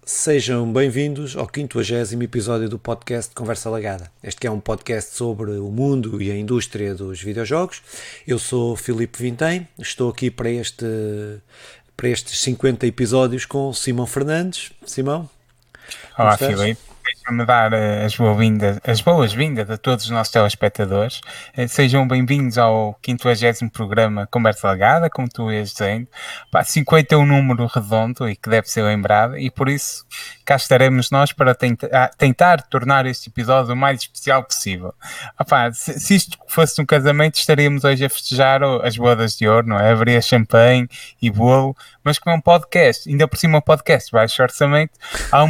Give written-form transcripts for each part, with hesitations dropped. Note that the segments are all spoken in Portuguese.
Sejam bem-vindos ao 50º episódio do podcast Conversa Lagada. Este que é um podcast sobre o mundo e a indústria dos videojogos. Eu sou Filipe Vintém, estou aqui para estes 50 episódios com Simão Fernandes. Simão? Olá, Filipe. Deixa-me dar as boas-vindas a todos os nossos telespectadores. Sejam bem-vindos ao 50º programa Conversa Lagada, como tu ias dizendo. 50 é um número redondo e que deve ser lembrado, e por isso cá estaremos nós para tentar tornar este episódio o mais especial possível. Se isto fosse um casamento, estaríamos hoje a festejar as bodas de ouro, não é? Haveria champanhe e bolo, mas com um podcast, ainda por cima um podcast baixo orçamento, há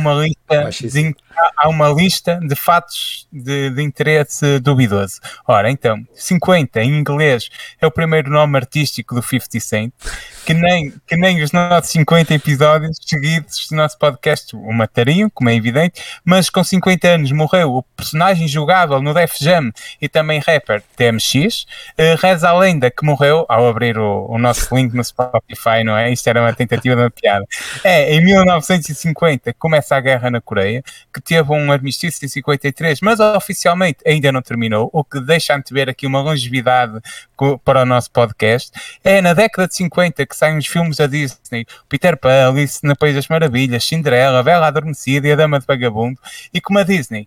uma lista de fatos de interesse duvidoso. Ora, então, 50 em inglês é o primeiro nome artístico do 50 Cent, que nem os nossos 50 episódios seguidos do nosso podcast o matariam, como é evidente, mas com 50 anos morreu o personagem jogável no Def Jam e também rapper TMX. Reza a lenda que morreu ao abrir o nosso link no Spotify, não é? Isto era uma tentativa de uma piada. Em 1950 começa a guerra na Coreia, que teve um armistício em 53, mas oficialmente ainda não terminou, o que deixa antever aqui uma longevidade para o nosso podcast. É na década de 50 que saem os filmes da Disney, Peter Pan, Alice no País das Maravilhas, Cinderela, Bela Adormecida e a Dama de Vagabundo, e como a Disney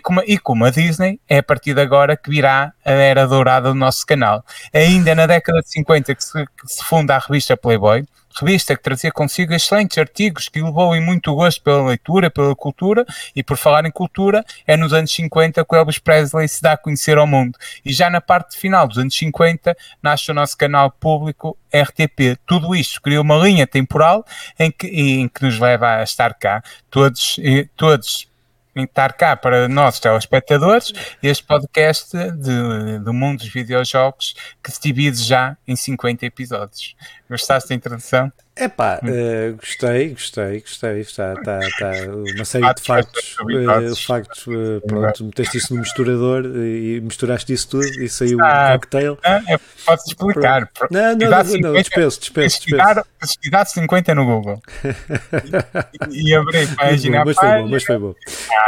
é a partir de agora que virá a era dourada do nosso canal. Ainda na década de 50 que se funda a revista Playboy, revista que trazia consigo excelentes artigos que levou em muito gosto pela leitura, pela cultura, e por falar em cultura, é nos anos 50 que o Elvis Presley se dá a conhecer ao mundo. E já na parte final dos anos 50 nasce o nosso canal público RTP. Tudo isto cria uma linha temporal em que nos leva a estar cá, todos estar cá para nossos telespectadores, este podcast do mundo dos videojogos que se divide já em 50 episódios. Gostaste da introdução? Gostei. Está uma série de factos. Pronto, meteste isso no misturador e misturaste isso tudo e saiu um cocktail. Podes explicar. Não, dispenso. Pesquisar 50 no Google. e abri a página. Mas foi bom.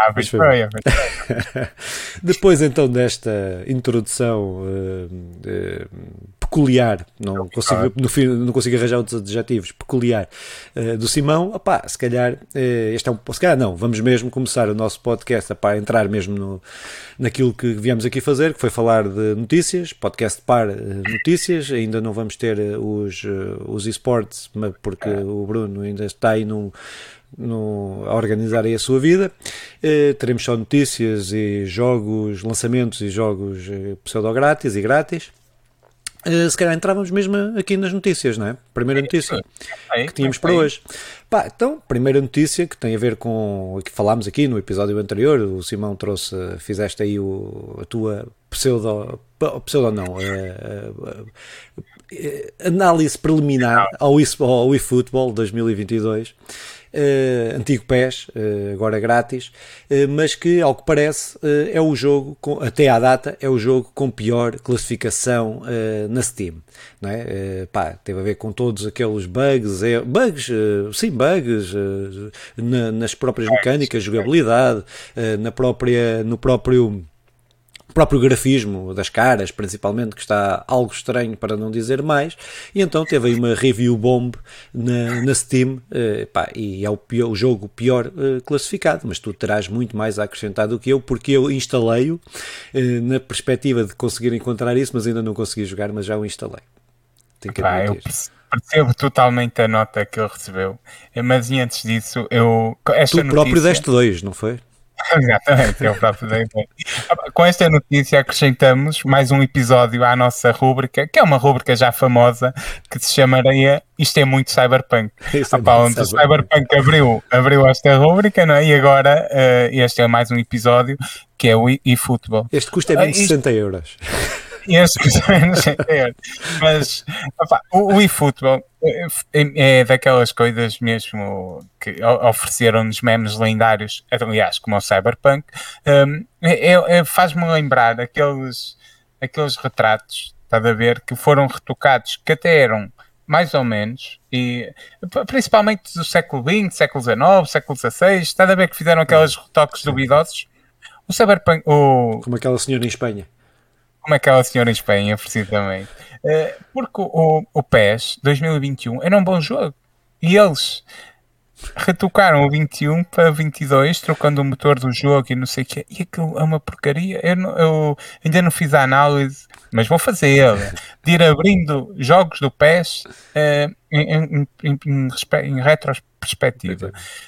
Depois então desta introdução peculiar, não consigo arranjar outros adjetivos, peculiar, do Simão, se calhar vamos mesmo começar o nosso podcast a entrar mesmo naquilo que viemos aqui fazer, que foi falar de notícias, podcast par notícias. Ainda não vamos ter os esportes, porque o Bruno ainda está aí a organizar aí a sua vida. Teremos só notícias e jogos, lançamentos e jogos pseudo-grátis e grátis. Se calhar entrávamos mesmo aqui nas notícias, não é? Primeira notícia que tínhamos para hoje. Então, primeira notícia que tem a ver com o que falámos aqui no episódio anterior. O Simão fizeste aí a tua análise preliminar ao eFootball 2022. Antigo PES, agora grátis, mas que, ao que parece, é o jogo, até à data, é o jogo com pior classificação na Steam, não é? Teve a ver com todos aqueles bugs nas próprias mecânicas, jogabilidade, no próprio grafismo das caras, principalmente, que está algo estranho, para não dizer mais, e então teve aí uma review bomb na Steam, e é o jogo pior classificado, mas tu terás muito mais a acrescentar do que eu, porque eu instalei-o na perspectiva de conseguir encontrar isso, mas ainda não consegui jogar, mas já o instalei. Eu percebo totalmente a nota que ele recebeu, mas e antes disso, tu próprio deste 2, não foi? Exatamente, eu próprio dei. Com esta notícia acrescentamos mais um episódio à nossa rúbrica, que é uma rúbrica já famosa, que se chamaria Isto é Muito Cyberpunk. Onde o Cyberpunk abriu esta rúbrica, não é? E agora este é mais um episódio, que é o eFootball. Este custa 60 euros. Mas o eFootball é daquelas coisas mesmo que ofereceram-nos memes lendários, aliás, como o Cyberpunk. Faz-me lembrar aqueles retratos, estás a ver, que foram retocados, que até eram mais ou menos, e principalmente do século XX, século XIX, século XVI, está a ver que fizeram aqueles retoques duvidosos. O Cyberpunk... Como aquela senhora em Espanha. Como aquela senhora em Espanha, precisamente. Porque o PES 2021 era um bom jogo. E eles retocaram o 21 para 22, trocando o motor do jogo e não sei o quê. E aquilo é uma porcaria. Eu ainda não fiz a análise, mas vou fazê-la. De ir abrindo jogos do PES em retrospectiva.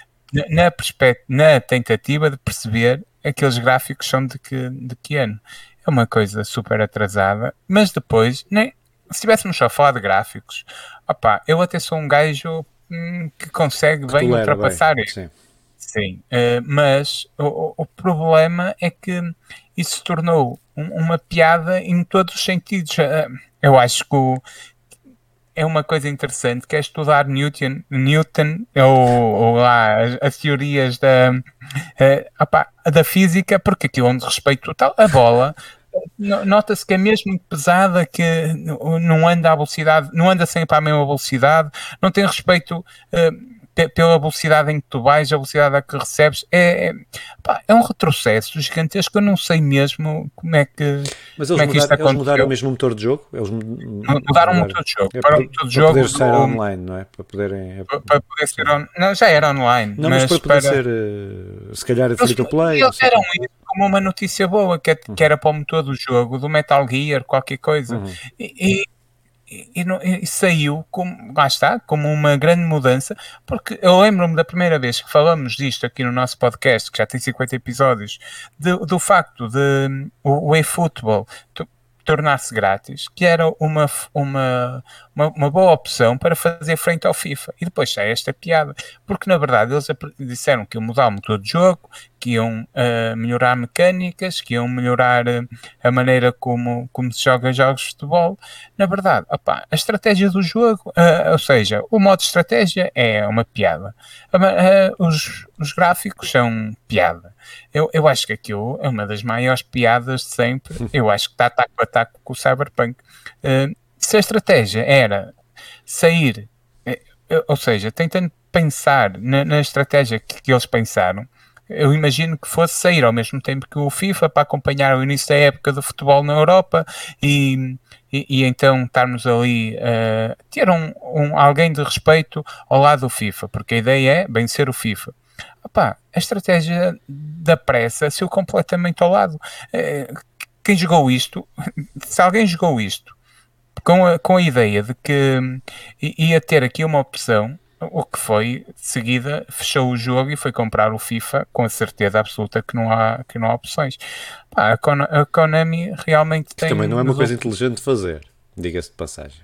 Na tentativa de perceber aqueles gráficos são de que ano. É uma coisa super atrasada, mas depois, se estivéssemos só a falar de gráficos, eu até sou um gajo que consegue bem ultrapassar isso. Sim. Mas o problema é que isso se tornou uma piada em todos os sentidos. Eu acho que é uma coisa interessante, que é estudar Newton ou lá as teorias da física, porque aquilo é um desrespeito total. A bola nota-se que é mesmo muito pesada, que não anda à velocidade, não anda sempre à mesma velocidade, não tem respeito pela velocidade em que tu vais, a velocidade a que recebes. É um retrocesso gigantesco. Eu não sei mesmo como é que. Mas eles mudaram mesmo o motor de jogo? Eles mudaram o motor de jogo. Para poder ser online, não é? Para poder ser online. Não, já era online. Não, mas para poder ser, se calhar, free to play. Eles deram isso como uma notícia boa, que era para o motor do jogo, do Metal Gear, qualquer coisa. E saiu, lá está, como uma grande mudança, porque eu lembro-me da primeira vez que falamos disto aqui no nosso podcast, que já tem 50 episódios, do facto de o eFootball tornar-se grátis, que era uma boa opção para fazer frente ao FIFA. E depois sai esta piada, porque na verdade eles disseram que iam mudar o motor de jogo, que iam melhorar mecânicas, que iam melhorar a maneira como se joga jogos de futebol. Na verdade, a estratégia do jogo, ou seja, o modo de estratégia é uma piada. Os gráficos são piada. Eu acho que aquilo é uma das maiores piadas de sempre. Eu acho que está taco a taco com o Cyberpunk. Se a estratégia era sair, ou seja, tentando pensar na estratégia que eles pensaram, eu imagino que fosse sair ao mesmo tempo que o FIFA, para acompanhar o início da época do futebol na Europa e então estarmos ali ter alguém de respeito ao lado do FIFA, porque a ideia é vencer o FIFA. A estratégia da pressa saiu completamente ao lado. Quem jogou isto, se alguém jogou isto com a ideia de que ia ter aqui uma opção, o que foi, de seguida, fechou o jogo e foi comprar o FIFA com a certeza absoluta que não há opções. A Konami realmente tem... Também não é uma coisa inteligente de fazer, diga-se de passagem.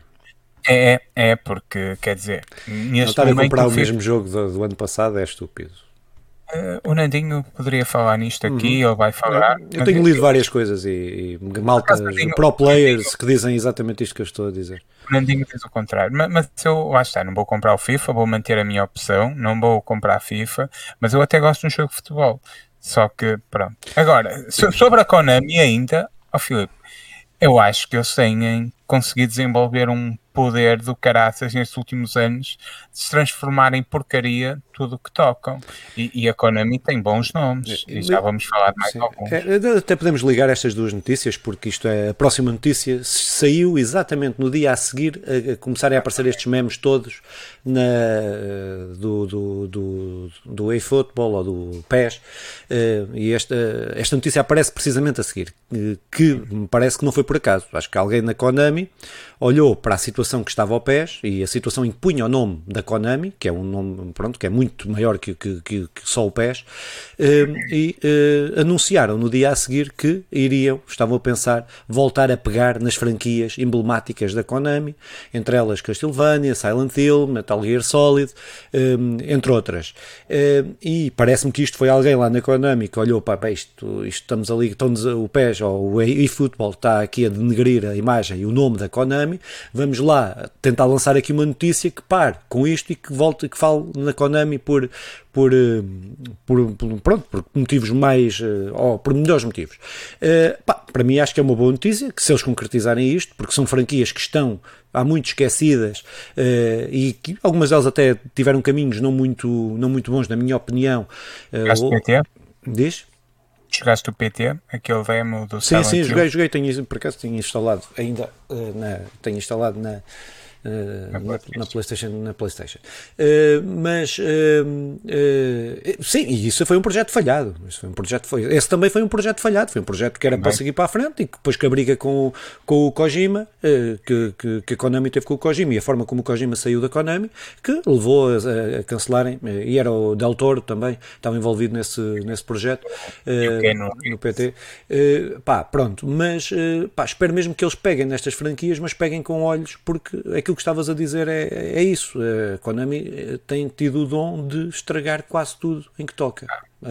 Porque, quer dizer... Não estar a comprar o mesmo jogo do ano passado é estúpido. O Nandinho poderia falar nisto aqui, ele vai falar. Eu tenho lido várias coisas e maltas, pro players que dizem exatamente isto que eu estou a dizer. O Nandinho diz o contrário, mas eu, lá está, não vou comprar o FIFA, vou manter a minha opção, não vou comprar a FIFA, mas eu até gosto de um jogo de futebol. Só que, pronto. Agora, sobre a Konami ainda, Filipe, eu acho que eles têm conseguido desenvolver um poder do caraças nestes últimos anos de se transformar em porcaria tudo o que tocam. E a Konami tem bons nomes. E já vamos falar de mais alguns. Até podemos ligar estas duas notícias, porque isto é a próxima notícia. Saiu exatamente no dia a seguir a começarem a aparecer estes memes todos do eFootball ou do PES. E esta notícia aparece precisamente a seguir, que me parece que não foi por acaso. Acho que alguém na Konami olhou para a situação que estava ao PES e a situação em que punha o nome da Konami, que é um nome, pronto, que é muito maior que só o PES, e anunciaram no dia a seguir que estavam a pensar voltar a pegar nas franquias emblemáticas da Konami, entre elas Castlevania, Silent Hill, Metal Gear Solid, entre outras. E parece-me que isto foi alguém lá na Konami que olhou para isto estamos ali, o PES ou o eFootball está aqui a denegrir a imagem e o nome da Konami, vamos lá tentar lançar aqui uma notícia que pare com isto e que volte, que fale na Konami por motivos mais, ou por melhores motivos. Para mim acho que é uma boa notícia, que se eles concretizarem isto, porque são franquias que estão há muito esquecidas, e que algumas delas até tiveram caminhos não muito bons, na minha opinião. Diz? Jogaste o PT, aquele demo do Sim, joguei, por acaso tenho instalado ainda, tenho instalado na PlayStation. Sim, e isso foi um projeto falhado. Esse também foi um projeto falhado. Foi um projeto que era para seguir para a frente e que depois que a briga com o Kojima, que a Konami teve com o Kojima, e a forma como o Kojima saiu da Konami, que levou a cancelarem, e era o Del Toro também, estava envolvido nesse projeto, no PT. Pronto, mas espero mesmo que eles peguem nestas franquias, mas peguem com olhos, porque aquilo que estavas a dizer é isso. A Konami tem tido o dom de estragar quase tudo em que toca,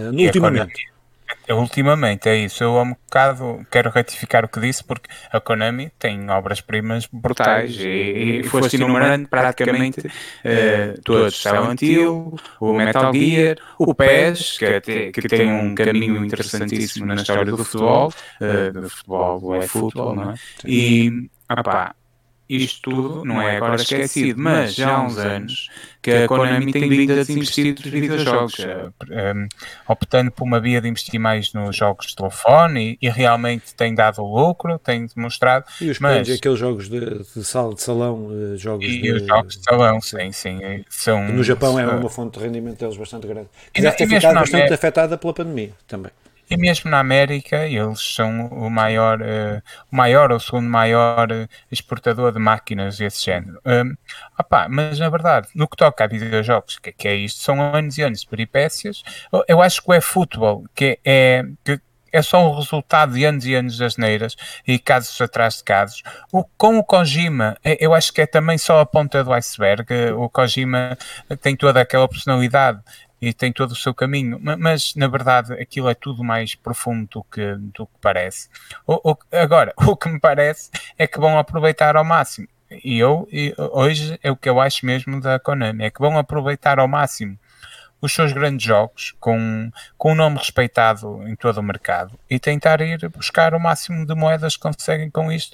ultimamente é isso. Eu há um bocado quero retificar o que disse, porque a Konami tem obras-primas brutais e foste enumerando praticamente todos. Silent Hill, o Metal Gear, o PES, que tem um caminho interessantíssimo na história do futebol. Do futebol é futebol, não é? E isto tudo não é agora esquecido, mas já há uns anos que a Konami tem vindo a desinvestir dos videojogos, optando por uma via de investir mais nos jogos de telefone, e realmente tem dado lucro, tem demonstrado. E os aqueles jogos de salão, os jogos de salão, sim. São, no Japão é uma fonte de rendimento deles bastante grande, que deve ter ficado bastante afetada pela pandemia também. E mesmo na América, eles são o maior ou o segundo maior exportador de máquinas desse género. Mas na verdade, no que toca a videojogos, que é isto, são anos e anos de peripécias. Eu acho que o eFootball, que é só um resultado de anos e anos de asneiras e casos atrás de casos. Com o Kojima, eu acho que é também só a ponta do iceberg. O Kojima tem toda aquela personalidade e tem todo o seu caminho, mas na verdade aquilo é tudo mais profundo do que parece. Agora, o que me parece é que vão aproveitar ao máximo, e hoje é o que eu acho mesmo da Konami, é que vão aproveitar ao máximo os seus grandes jogos com um nome respeitado em todo o mercado e tentar ir buscar o máximo de moedas que conseguem com isto.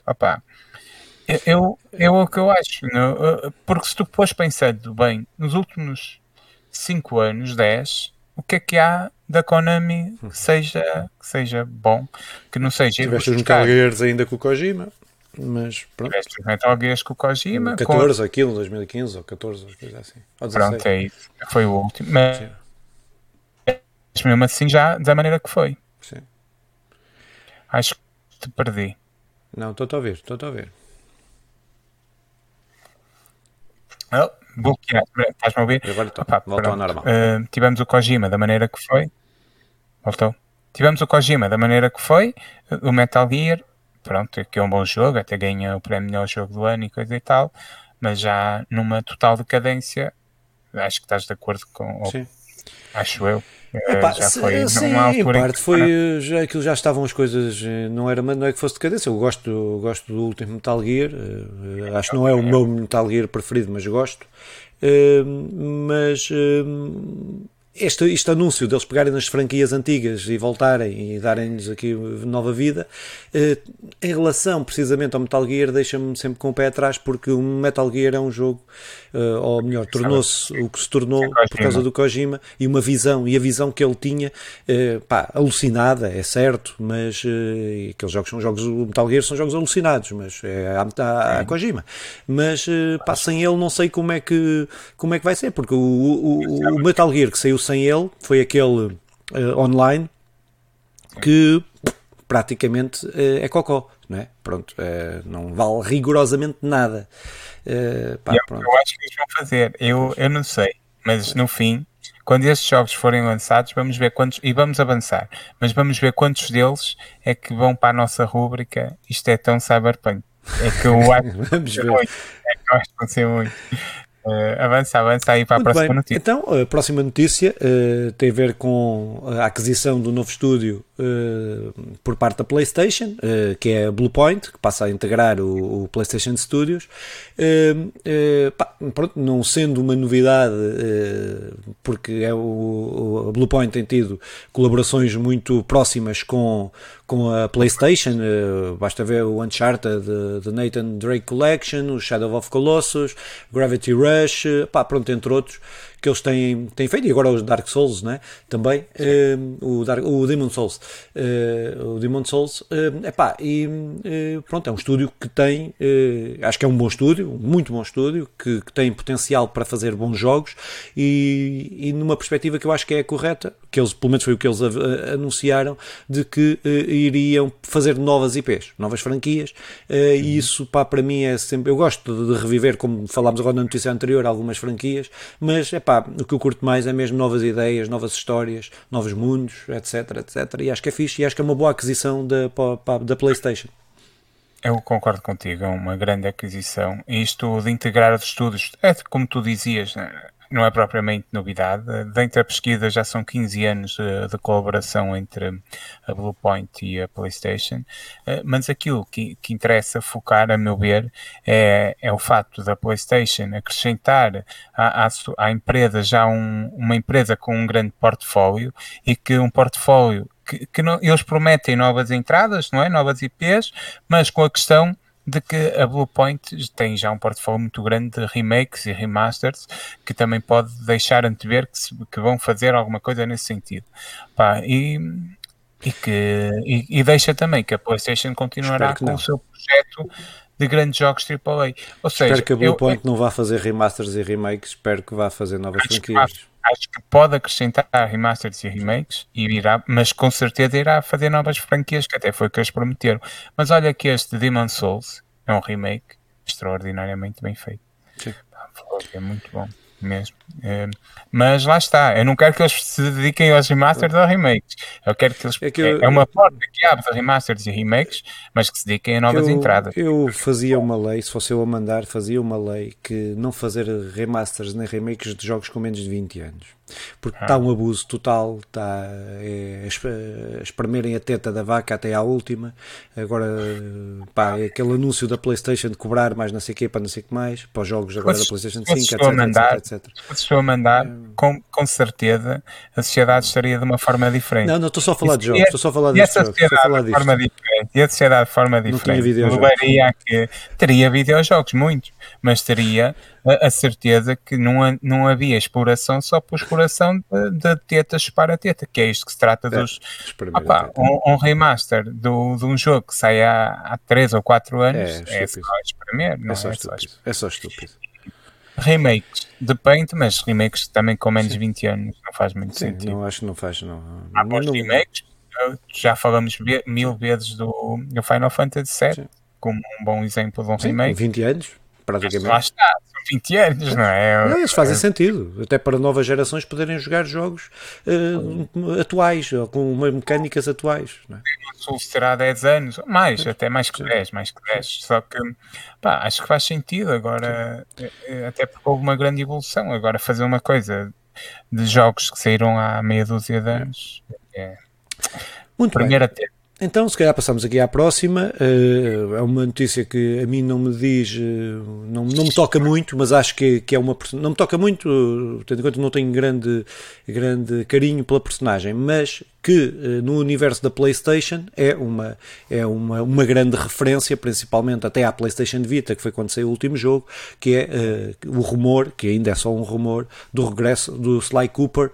É o que eu acho, porque se tu fores pensando bem, nos últimos 5 anos, 10, o que é que há da Konami que seja bom, que não seja... Tiveste os Metal Gears ainda com o Kojima, mas pronto. Tiveste os Metal Gears com o Kojima. 14, aquilo, 2015 ou 14, coisa assim. Ou 16. Pronto, é isso. Foi o último. Mas mesmo assim já da maneira que foi. Sim. Acho que te perdi. Não, estou a ouvir. Estás-me a ouvir? Agora voltou ao normal. Tivemos o Kojima da maneira que foi. Voltou. Tivemos o Kojima da maneira que foi. O Metal Gear, pronto, que é um bom jogo, até ganha o prémio melhor jogo do ano e coisa e tal, mas já numa total decadência. Acho que estás de acordo com... Sim. Acho eu. Já foi sim, numa altura em parte foi, aquilo já estavam as coisas, não é que fosse decadência. Eu gosto do último Metal Gear, acho que não é o meu Metal Gear preferido, mas gosto. Este anúncio deles pegarem nas franquias antigas e voltarem e darem-lhes aqui nova vida, em relação precisamente ao Metal Gear, deixa-me sempre com o pé atrás, porque o Metal Gear é um jogo, ou melhor, tornou-se o que se tornou por causa do Kojima, e uma visão, e a visão que ele tinha, alucinada, é certo, mas aqueles jogos são jogos, o Metal Gear são jogos alucinados, mas há Kojima, mas sem ele não sei como é que vai ser, porque o Metal Gear que saiu sem ele foi aquele online que praticamente é cocó, não é? Pronto, não vale rigorosamente nada. Pronto. Eu acho que eles vão fazer, eu não sei, mas no fim, quando estes jogos forem lançados, vamos ver quantos, e vamos avançar, mas vamos ver quantos deles é que vão para a nossa rúbrica. Isto é tão cyberpunk. É que eu acho que vão ser muito. Avança aí para a próxima notícia. Então, a próxima notícia tem a ver com a aquisição do novo estúdio por parte da PlayStation, que é a Bluepoint, que passa a integrar o PlayStation Studios. Pronto, não sendo uma novidade, porque a Bluepoint tem tido colaborações muito próximas com a PlayStation, basta ver o Uncharted, The Nathan Drake Collection, o Shadow of Colossus, Gravity Rush, pronto, entre outros, que eles têm feito, e agora os Dark Souls, né? Também, o Demon Souls. Pronto, é um estúdio que tem, acho que é um bom estúdio, um muito bom estúdio, que tem potencial para fazer bons jogos e numa perspectiva que eu acho que é correta, que eles, pelo menos foi o que eles anunciaram, de que iriam fazer novas IPs, novas franquias, e isso, para mim é sempre, eu gosto de reviver, como falámos agora na notícia anterior, algumas franquias, mas, o que eu curto mais é mesmo novas ideias, novas histórias, novos mundos, etc, e acho que é fixe, e acho que é uma boa aquisição da PlayStation. Eu concordo contigo, é uma grande aquisição. Isto de integrar os estúdios, como tu dizias, não é propriamente novidade. Dentro da pesquisa já são 15 anos de colaboração entre a Bluepoint e a PlayStation, mas aquilo que interessa focar, a meu ver, é o facto da PlayStation acrescentar à empresa já uma empresa com um grande portfólio, e que um portfólio que não, eles prometem novas entradas, não é? Novas IPs, mas com a questão de que a Bluepoint tem já um portfólio muito grande de remakes e remasters, que também pode deixar antever que vão fazer alguma coisa nesse sentido. E deixa também que a PlayStation continuará com o seu projeto de grandes jogos AAA. Ou seja, espero que a Bluepoint não vá fazer remasters e remakes, espero que vá fazer novas franquias. Acho que pode acrescentar remasters e remakes, mas com certeza irá fazer novas franquias, que até foi o que eles prometeram. Mas olha que este Demon Souls é um remake extraordinariamente bem feito. Sim. É muito bom mesmo. Mas lá está, eu não quero que eles se dediquem aos remasters ou remakes. Eu quero que eles... É uma porta que abre os remasters e remakes, mas que se dediquem a novas entradas. Eu fazia uma lei, se fosse eu a mandar, fazia uma lei que não fazer remasters nem remakes de jogos com menos de 20 anos. Porque está um abuso total, está a espremerem a teta da vaca até à última. Agora, aquele anúncio da PlayStation de cobrar mais não sei o quê, para não sei o que mais, para os jogos agora da PlayStation 5, etc. Se estou a mandar, com certeza, a sociedade estaria de uma forma diferente. Não, estou só a falar de jogos, estou só a falar disto. E a sociedade de forma diferente levaria a que teria videojogos, muitos, mas teria a certeza que não havia exploração só por exploração de tetas para teta, que é isto que se trata dos... Um remaster de um jogo que sai há 3 ou 4 anos é só espremer, não é só estúpido. Remakes depende, mas remakes também com menos de 20 anos não faz muito sentido. Não acho que não faz, não. Há bons remakes, já falamos 1000 vezes do Final Fantasy VII, como um bom exemplo de um remake. 20 anos, praticamente. Lá está, são 20 anos, não é? Isso fazem sentido, até para novas gerações poderem jogar jogos atuais, ou com mecânicas atuais. Não é? O Souls terá 10 anos, até mais que 10, só que acho que faz sentido agora, até porque houve uma grande evolução. Agora fazer uma coisa de jogos que saíram há meia dúzia de anos muito bem. Então, se calhar passamos aqui à próxima. É uma notícia que a mim não me diz, não me toca muito, mas acho que é uma... Não me toca muito, tendo em conta que não tenho grande carinho pela personagem, mas que no universo da PlayStation é uma grande referência, principalmente até à PlayStation Vita, que foi quando saiu o último jogo, que é o rumor, que ainda é só um rumor, do regresso do Sly Cooper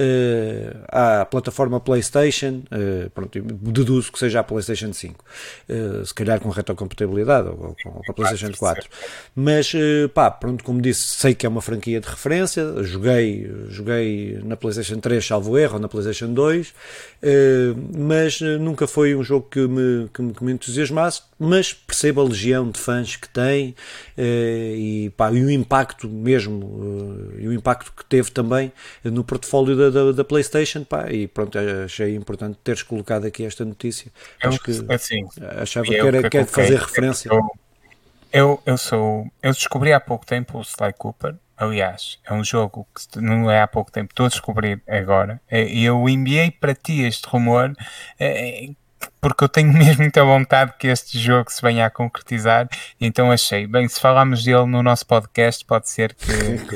à plataforma PlayStation. Pronto, deduzo que seja a PlayStation 5, se calhar com retrocompatibilidade ou com a PlayStation 4. Mas, pronto, como disse, sei que é uma franquia de referência, joguei na PlayStation 3, salvo erro, ou na PlayStation 2, mas nunca foi um jogo que me entusiasmasse, mas percebo a legião de fãs que tem e o impacto mesmo, e o impacto que teve também no portfólio da PlayStation, e pronto, achei importante teres colocado aqui esta notícia. Acho que achava que era fazer referência. Eu descobri há pouco tempo o Sly Cooper, aliás, é um jogo que não é há pouco tempo, estou a descobrir agora. Eu enviei para ti este rumor porque eu tenho mesmo muita vontade que este jogo se venha a concretizar, e então achei, bem, se falarmos dele no nosso podcast, pode ser que...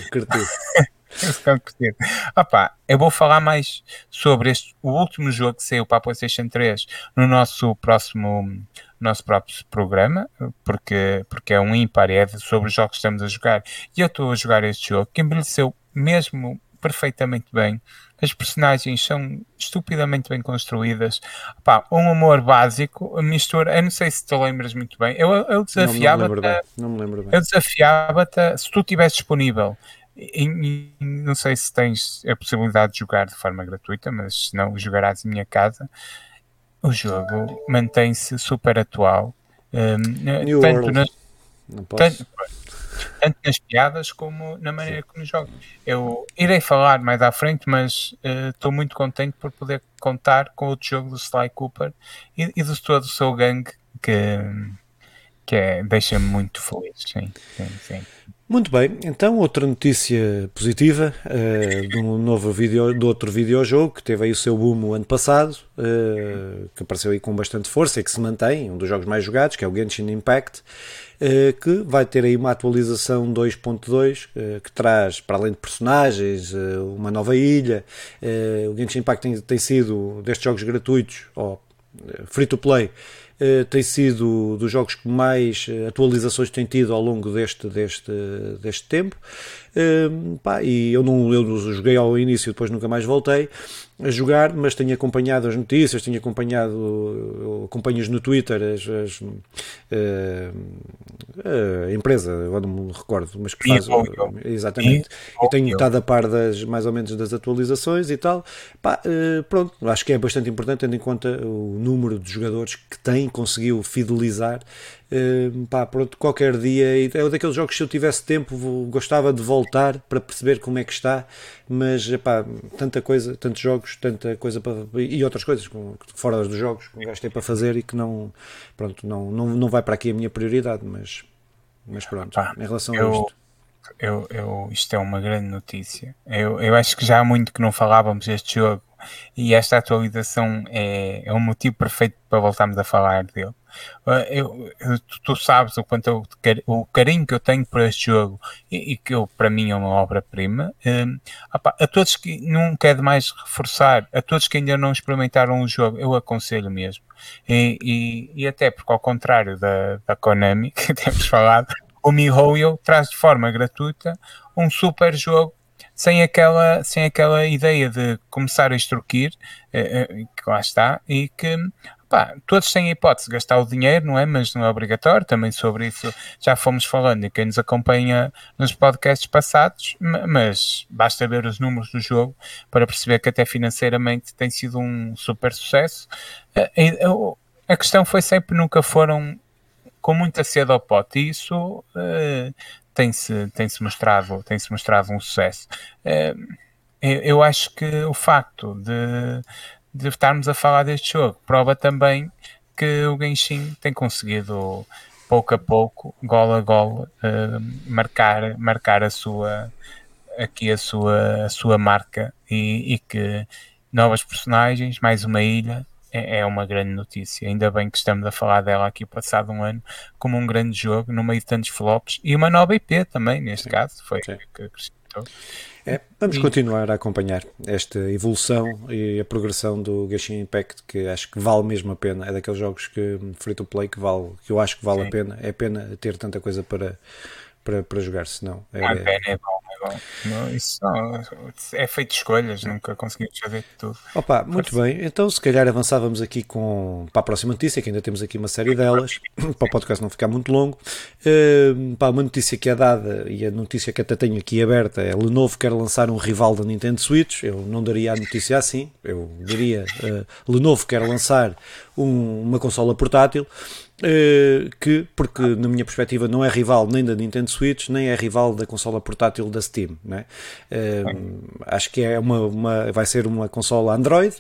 eu vou falar mais sobre o último jogo que saiu para a PlayStation 3 no nosso próximo programa, porque é um ímpar, é sobre os jogos que estamos a jogar, e eu estou a jogar este jogo que envelheceu mesmo perfeitamente bem. As personagens são estupidamente bem construídas. Um amor básico, a mistura. Eu não sei se te lembras muito bem. Eu desafiava-te. Não me lembro bem. Eu desafiava-te, se tu estivesse disponível. Não sei se tens a possibilidade de jogar de forma gratuita, mas se não, jogarás em minha casa. O jogo mantém-se super atual. New World. Não posso. Tanto nas piadas como na maneira como jogo. Eu irei falar mais à frente, mas estou muito contente por poder contar com outro jogo do Sly Cooper e de todo o seu gangue, que deixa-me muito feliz. Sim. Muito bem, então outra notícia positiva do outro videojogo que teve aí o seu boom o ano passado, que apareceu aí com bastante força e que se mantém, um dos jogos mais jogados, que é o Genshin Impact, que vai ter aí uma atualização 2.2 que traz, para além de personagens, uma nova ilha. O Genshin Impact tem sido, destes jogos gratuitos, ou free to play, tem sido dos jogos que mais atualizações tem tido ao longo deste tempo. E eu joguei ao início, depois nunca mais voltei a jogar, mas tenho acompanhado as notícias, acompanho-os no Twitter, a empresa, agora não me recordo, mas que faz exatamente, e tenho estado a par mais ou menos das atualizações e tal. Pronto, acho que é bastante importante, tendo em conta o número de jogadores que conseguiu fidelizar. Pronto, qualquer dia, é daqueles jogos que, se eu tivesse tempo, gostava de voltar para perceber como é que está, mas tanta coisa, tantos jogos, tanta coisa e outras coisas fora dos jogos que gastei para fazer e que não vai para aqui a minha prioridade, mas pronto, em relação a isto. Isto é uma grande notícia. Eu acho que já há muito que não falávamos deste jogo, e esta atualização é um motivo perfeito para voltarmos a falar dele. Tu sabes o carinho que eu tenho por este jogo, e que para mim é uma obra-prima. A todos que não quero mais reforçar, a todos que ainda não experimentaram o jogo, eu aconselho mesmo. E até porque, ao contrário da Konami, que temos falado, o MiHoYo traz de forma gratuita um super jogo, sem aquela ideia de começar a extorquir, que lá está, e que todos têm a hipótese de gastar o dinheiro, não é? Mas não é obrigatório. Também sobre isso já fomos falando, e quem nos acompanha nos podcasts passados, mas basta ver os números do jogo para perceber que até financeiramente tem sido um super sucesso. A questão foi sempre, nunca foram com muita sede ao pote, e isso tem-se mostrado um sucesso. Eu acho que o facto de estarmos a falar deste jogo prova também que o Genshin tem conseguido, pouco a pouco, golo a golo, marcar a sua marca, e que novas personagens, mais uma ilha, é uma grande notícia. Ainda bem que estamos a falar dela aqui passado um ano como um grande jogo, no meio de tantos flops, e uma nova IP também, neste caso, foi que acrescentou. Vamos continuar a acompanhar esta evolução e a progressão do Genshin Impact, que acho que vale mesmo a pena. É daqueles jogos free to play que eu acho que vale a pena. É pena ter tanta coisa para jogar, senão é bom. Não, isso é feito de escolhas, nunca conseguimos fazer tudo. Muito bem, então se calhar avançávamos aqui para a próxima notícia, que ainda temos aqui uma série delas, para o podcast não ficar muito longo. Uma notícia que é dada, e a notícia que até tenho aqui aberta, é: Lenovo quer lançar um rival da Nintendo Switch. Eu não daria a notícia assim, eu diria Lenovo quer lançar uma consola portátil, porque na minha perspectiva não é rival nem da Nintendo Switch, nem é rival da consola portátil da Steam, não é? Acho que vai ser uma consola Android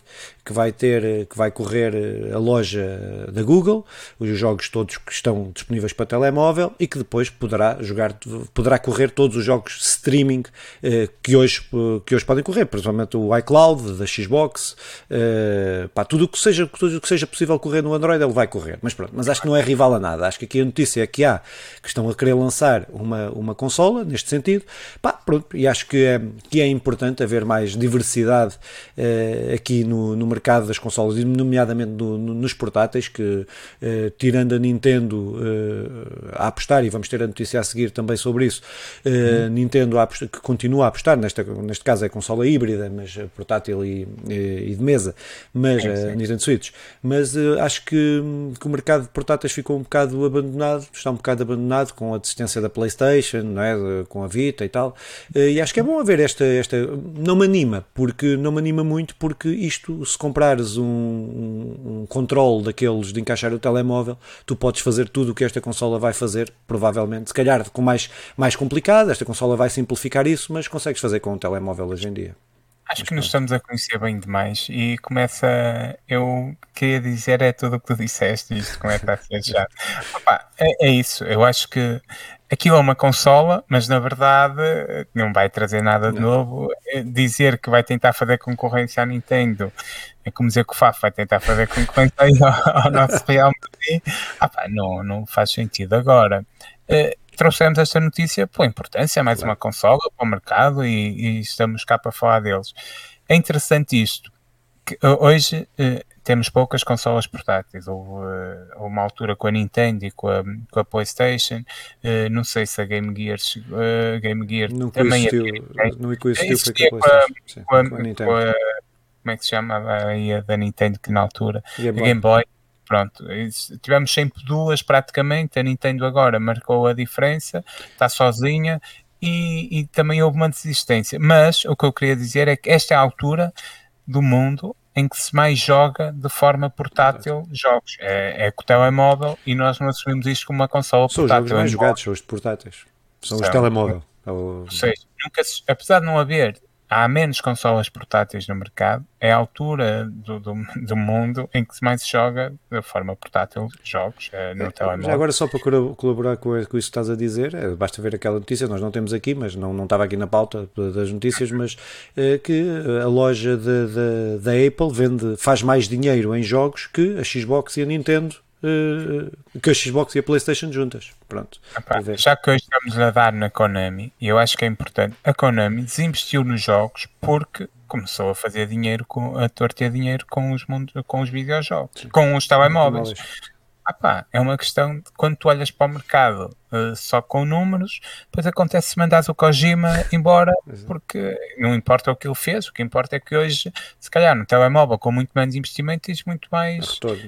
que vai correr a loja da Google, os jogos todos que estão disponíveis para telemóvel, e que depois poderá correr todos os jogos streaming que hoje podem correr, principalmente o iCloud da Xbox, tudo o que seja possível correr no Android ele vai correr, mas acho que não é rival a nada. Acho que aqui a notícia é que estão a querer lançar uma consola neste sentido, e acho que é importante haver mais diversidade aqui no mercado das consolas, e nomeadamente nos portáteis, que tirando a Nintendo a apostar, e vamos ter a notícia a seguir também sobre isso, Nintendo que continua a apostar, neste caso é consola híbrida, mas portátil e de mesa, mas a Nintendo Switch, mas acho que o mercado de portáteis ficou um bocado abandonado, está um bocado abandonado com a desistência da PlayStation, não é? Com a Vita e tal, e acho que é bom haver esta não me anima muito, porque isto, se comprares um controle daqueles de encaixar o telemóvel, tu podes fazer tudo o que esta consola vai fazer, provavelmente, se calhar com mais complicado, esta consola vai simplificar isso, mas consegues fazer com um telemóvel hoje em dia. Acho que nos estamos a conhecer bem demais e eu queria dizer tudo o que tu disseste, isto começa a ser chato. É isso, eu acho que aquilo é uma consola, mas na verdade não vai trazer nada de novo. Dizer que vai tentar fazer concorrência à Nintendo é como dizer que o FAF vai tentar fazer concorrência ao nosso Real Madrid. Não faz sentido. Agora, trouxemos esta notícia pela importância, mais uma consola para o mercado, e estamos cá para falar deles. É interessante isto, que hoje temos poucas consolas portáteis. Houve uma altura com a Nintendo e com a PlayStation, não sei se a Game Gear não também coexistiu com a Nintendo. Como é que se chama aí a da Nintendo, que na altura a Game Boy. Pronto, tivemos sempre duas praticamente. A Nintendo agora marcou a diferença, está sozinha, e também houve uma desistência. Mas o que eu queria dizer é que esta é a altura do mundo em que se mais joga de forma portátil jogos. É com o telemóvel, e nós não assumimos isto como uma consola portátil. São os jogos mais jogados, são os portáteis. São os telemóvel. Ou seja, apesar de não haver, há menos consolas portáteis no mercado, é a altura do mundo em que mais se joga de forma portátil jogos no telemóvel. Já agora, só para colaborar com isso que estás a dizer, basta ver aquela notícia, nós não temos aqui, mas não estava aqui na pauta das notícias, mas que a loja da Apple faz mais dinheiro em jogos que a Xbox e a Nintendo, que a Xbox e a PlayStation juntas. Pronto. Já que hoje estamos a dar na Konami, e eu acho que é importante, a Konami desinvestiu nos jogos porque começou a fazer dinheiro, a torter dinheiro com os videojogos, com os telemóveis. É uma questão de quando tu olhas para o mercado só com números, depois acontece se mandares o Kojima embora, porque não importa o que ele fez, o que importa é que hoje, se calhar no telemóvel com muito menos investimento, tens muito mais retorno.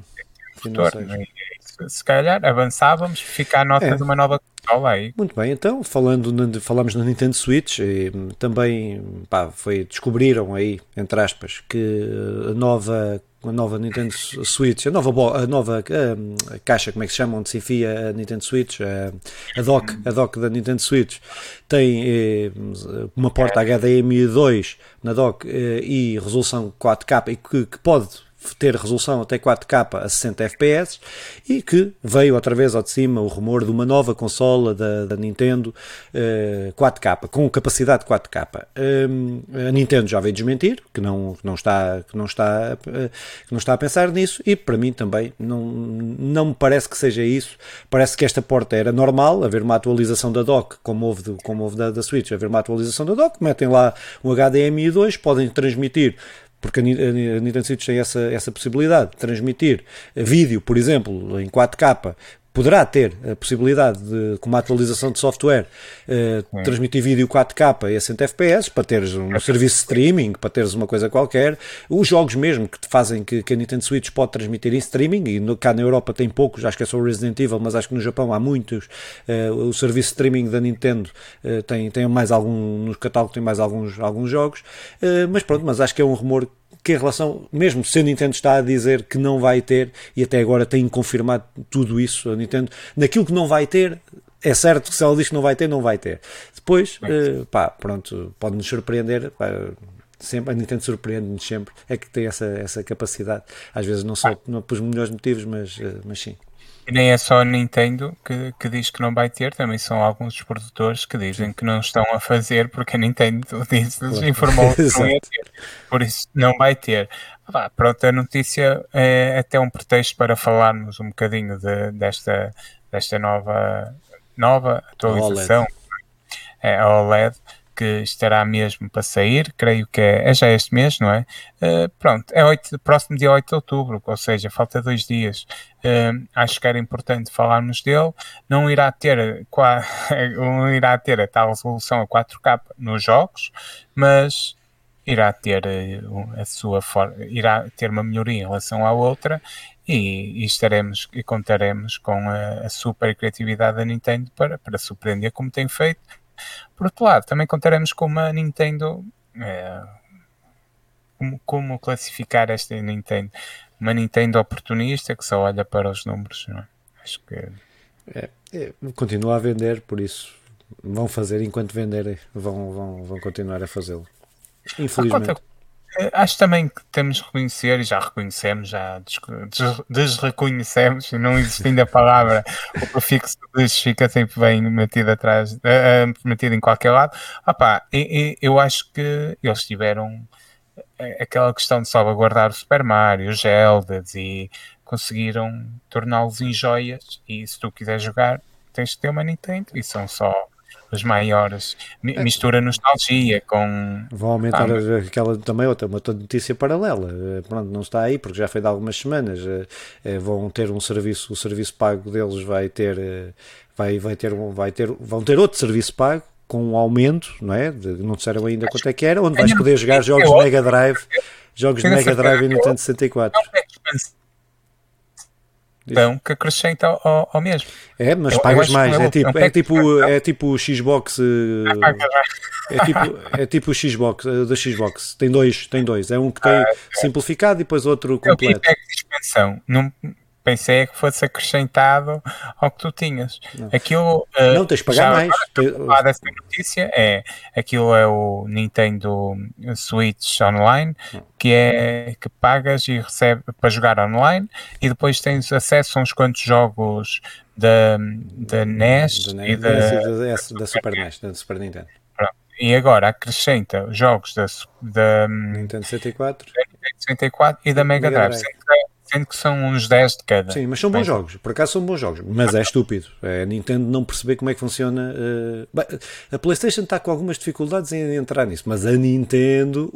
Se calhar avançávamos, fica a nota de uma nova consola aí. Muito bem, então falámos na Nintendo Switch, e também descobriram aí, entre aspas, que a nova Nintendo Switch, a nova caixa, como é que se chama, onde se enfia a Nintendo Switch, a dock da Nintendo Switch, tem uma porta HDMI 2 na dock e resolução 4K, e que pode ter resolução até 4K a 60 FPS, e que veio outra vez ao de cima o rumor de uma nova consola da Nintendo 4K, com capacidade 4K. A Nintendo já veio desmentir que não está a pensar nisso, e para mim também não me parece que seja isso. Parece que esta porta era normal, haver uma atualização da dock, como houve da Switch, haver uma atualização da dock, metem lá um HDMI 2, podem transmitir, porque a Nintendo Switch tem essa possibilidade de transmitir vídeo, por exemplo, em 4K. Poderá ter a possibilidade de, com uma atualização de software, transmitir vídeo 4K a 60 FPS, para teres um serviço de streaming, para teres uma coisa qualquer. Os jogos mesmo que te fazem que a Nintendo Switch pode transmitir em streaming, e cá na Europa tem poucos, acho que é só o Resident Evil, mas acho que no Japão há muitos. O serviço de streaming da Nintendo tem mais no catálogo tem mais alguns jogos. Mas pronto, mas acho que é um rumor que, em relação, mesmo se a Nintendo está a dizer que não vai ter, e até agora tem confirmado tudo isso, a Nintendo, naquilo que não vai ter, é certo que se ela diz que não vai ter, não vai ter. Depois, pronto, pode-nos surpreender. Sempre, a Nintendo surpreende-nos sempre, é que tem essa capacidade, às vezes não só não pelos melhores motivos, mas sim. E nem é só a Nintendo que diz que não vai ter, também são alguns dos produtores que dizem que não estão a fazer porque a Nintendo informou que não ia ter, por isso não vai ter. Pronto, a notícia é até um pretexto para falarmos um bocadinho desta nova atualização, a OLED, que estará mesmo para sair, creio que é já este mês, não é? Pronto, é próximo dia 8 de outubro, ou seja, falta 2 dias. Acho que era importante falarmos dele. Não irá ter a tal resolução a 4K nos jogos, mas irá ter irá ter uma melhoria em relação à outra e contaremos com a super criatividade da Nintendo para surpreender como tem feito. Por outro lado, também contaremos com uma Nintendo. Como classificar esta Nintendo? Uma Nintendo oportunista que só olha para os números, não é? Acho que continua a vender, por isso vão fazer enquanto venderem, vão continuar a fazê-lo. Infelizmente. Acho também que temos de reconhecer, e já reconhecemos, já desreconhecemos, e não existindo a palavra, o prefixo des fica sempre bem metido atrás, metido em qualquer lado. Eu acho que eles tiveram aquela questão de salvaguardar o Super Mario, os Zeldas, e conseguiram torná-los em joias, e se tu quiseres jogar, tens que ter uma Nintendo, e são só os maiores, mistura nostalgia com... Vão aumentar aquela também outra notícia paralela, pronto, não está aí porque já foi de algumas semanas, vão ter um serviço, o serviço pago deles vão ter outro serviço pago com um aumento, não é? Não disseram ainda quanto é que era, onde vais poder jogar jogos de Mega Drive e Nintendo 64. Então, que acrescenta ao mesmo. Mas pagas mais. É tipo o Xbox. É tipo o Xbox da Xbox. Tem dois. É um que tem simplificado e depois outro completo. É de expansão. Não pensei que fosse acrescentado ao que tu tinhas. Não. Aquilo. Não, tens de pagar mais. Dessa notícia aquilo é o Nintendo Switch Online, que pagas e recebe para jogar online, e depois tens acesso a uns quantos jogos da NES e da Super NES, da Super Nintendo. Pronto. E agora acrescenta jogos da Nintendo 64, e da Mega Drive. Sendo que são uns 10 de cada. Sim, mas são bons jogos, por acaso são bons jogos, mas é estúpido a Nintendo não perceber como é que funciona. A PlayStation está com algumas dificuldades em entrar nisso, mas a Nintendo,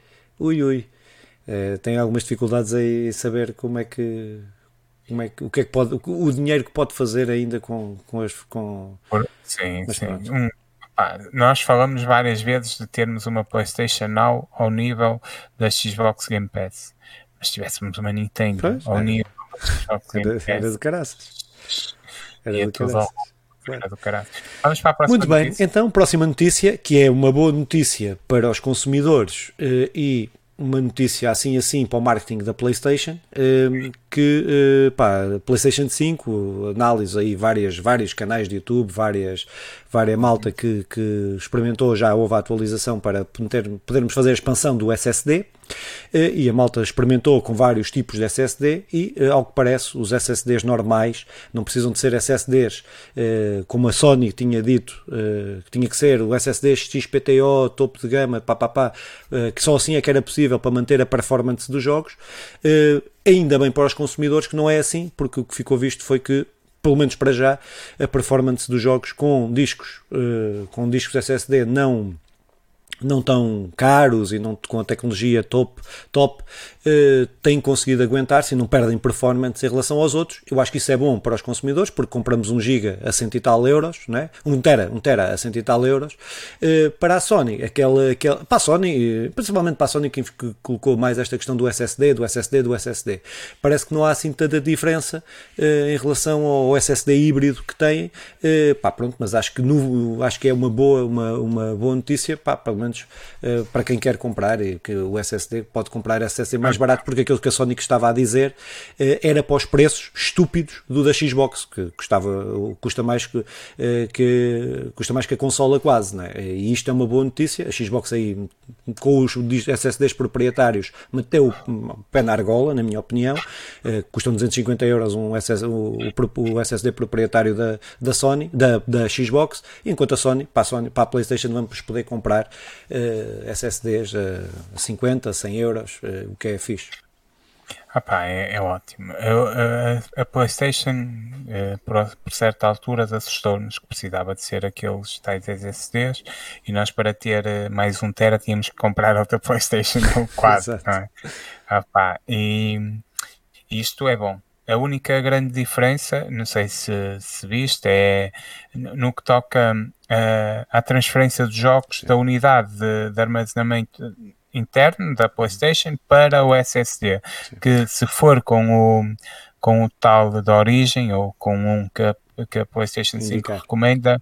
tem algumas dificuldades em saber o que é que pode, o dinheiro que pode fazer ainda com as... Sim. Nós falamos várias vezes de termos uma PlayStation Now ao nível da Xbox Game Pass. Mas se tivéssemos uma Nintendo ao nível da Xbox Game Pass... Era de caraças. Era do caraças. Vamos para a próxima notícia. Muito bem, então, próxima notícia, que é uma boa notícia para os consumidores e uma notícia assim para o marketing da PlayStation, que PlayStation 5, análise aí vários canais de YouTube, várias malta que experimentou, já houve a atualização para podermos fazer a expansão do SSD, e a malta experimentou com vários tipos de SSD e, ao que parece, os SSDs normais não precisam de ser SSDs como a Sony tinha dito, que tinha que ser o SSD XPTO, topo de gama, que só assim é que era possível para manter a performance dos jogos. Ainda bem para os consumidores que não é assim, porque o que ficou visto foi que, pelo menos para já, a performance dos jogos com discos SSD não tão caros e não com a tecnologia top, têm conseguido aguentar-se e não perdem performance em relação aos outros. Eu acho que isso é bom para os consumidores, porque compramos 1 GB a 100 e tal euros, não é? 1 tera a 100 e tal euros. Para a Sony, para a Sony, principalmente para a Sony, que colocou mais esta questão do SSD, parece que não há assim tanta diferença em relação ao SSD híbrido que têm. Mas acho que é uma boa notícia, pelo menos para quem quer comprar, e que o SSD pode comprar SSD mais mais barato, porque aquilo que a Sony estava a dizer era para os preços estúpidos do da Xbox, que custa mais que a consola quase, né? E isto é uma boa notícia. A Xbox aí, com os SSDs proprietários, meteu o pé na argola, na minha opinião. Custam 250 euros o SSD proprietário da Sony, da Xbox, enquanto para a PlayStation vamos poder comprar SSDs a 50, 100 euros, o que é fixe. É ótimo. A PlayStation, por certa altura, assustou-nos que precisava de ser aqueles tais SSDs, e nós, para ter mais 1 tera, tínhamos que comprar outra PlayStation 4. Não é? E isto é bom. A única grande diferença, não sei se viste, é no que toca à transferência dos jogos da unidade de armazenamento interno da PlayStation para o SSD. Sim. Que se for com o tal de origem, ou com um que a PlayStation 5 recomenda,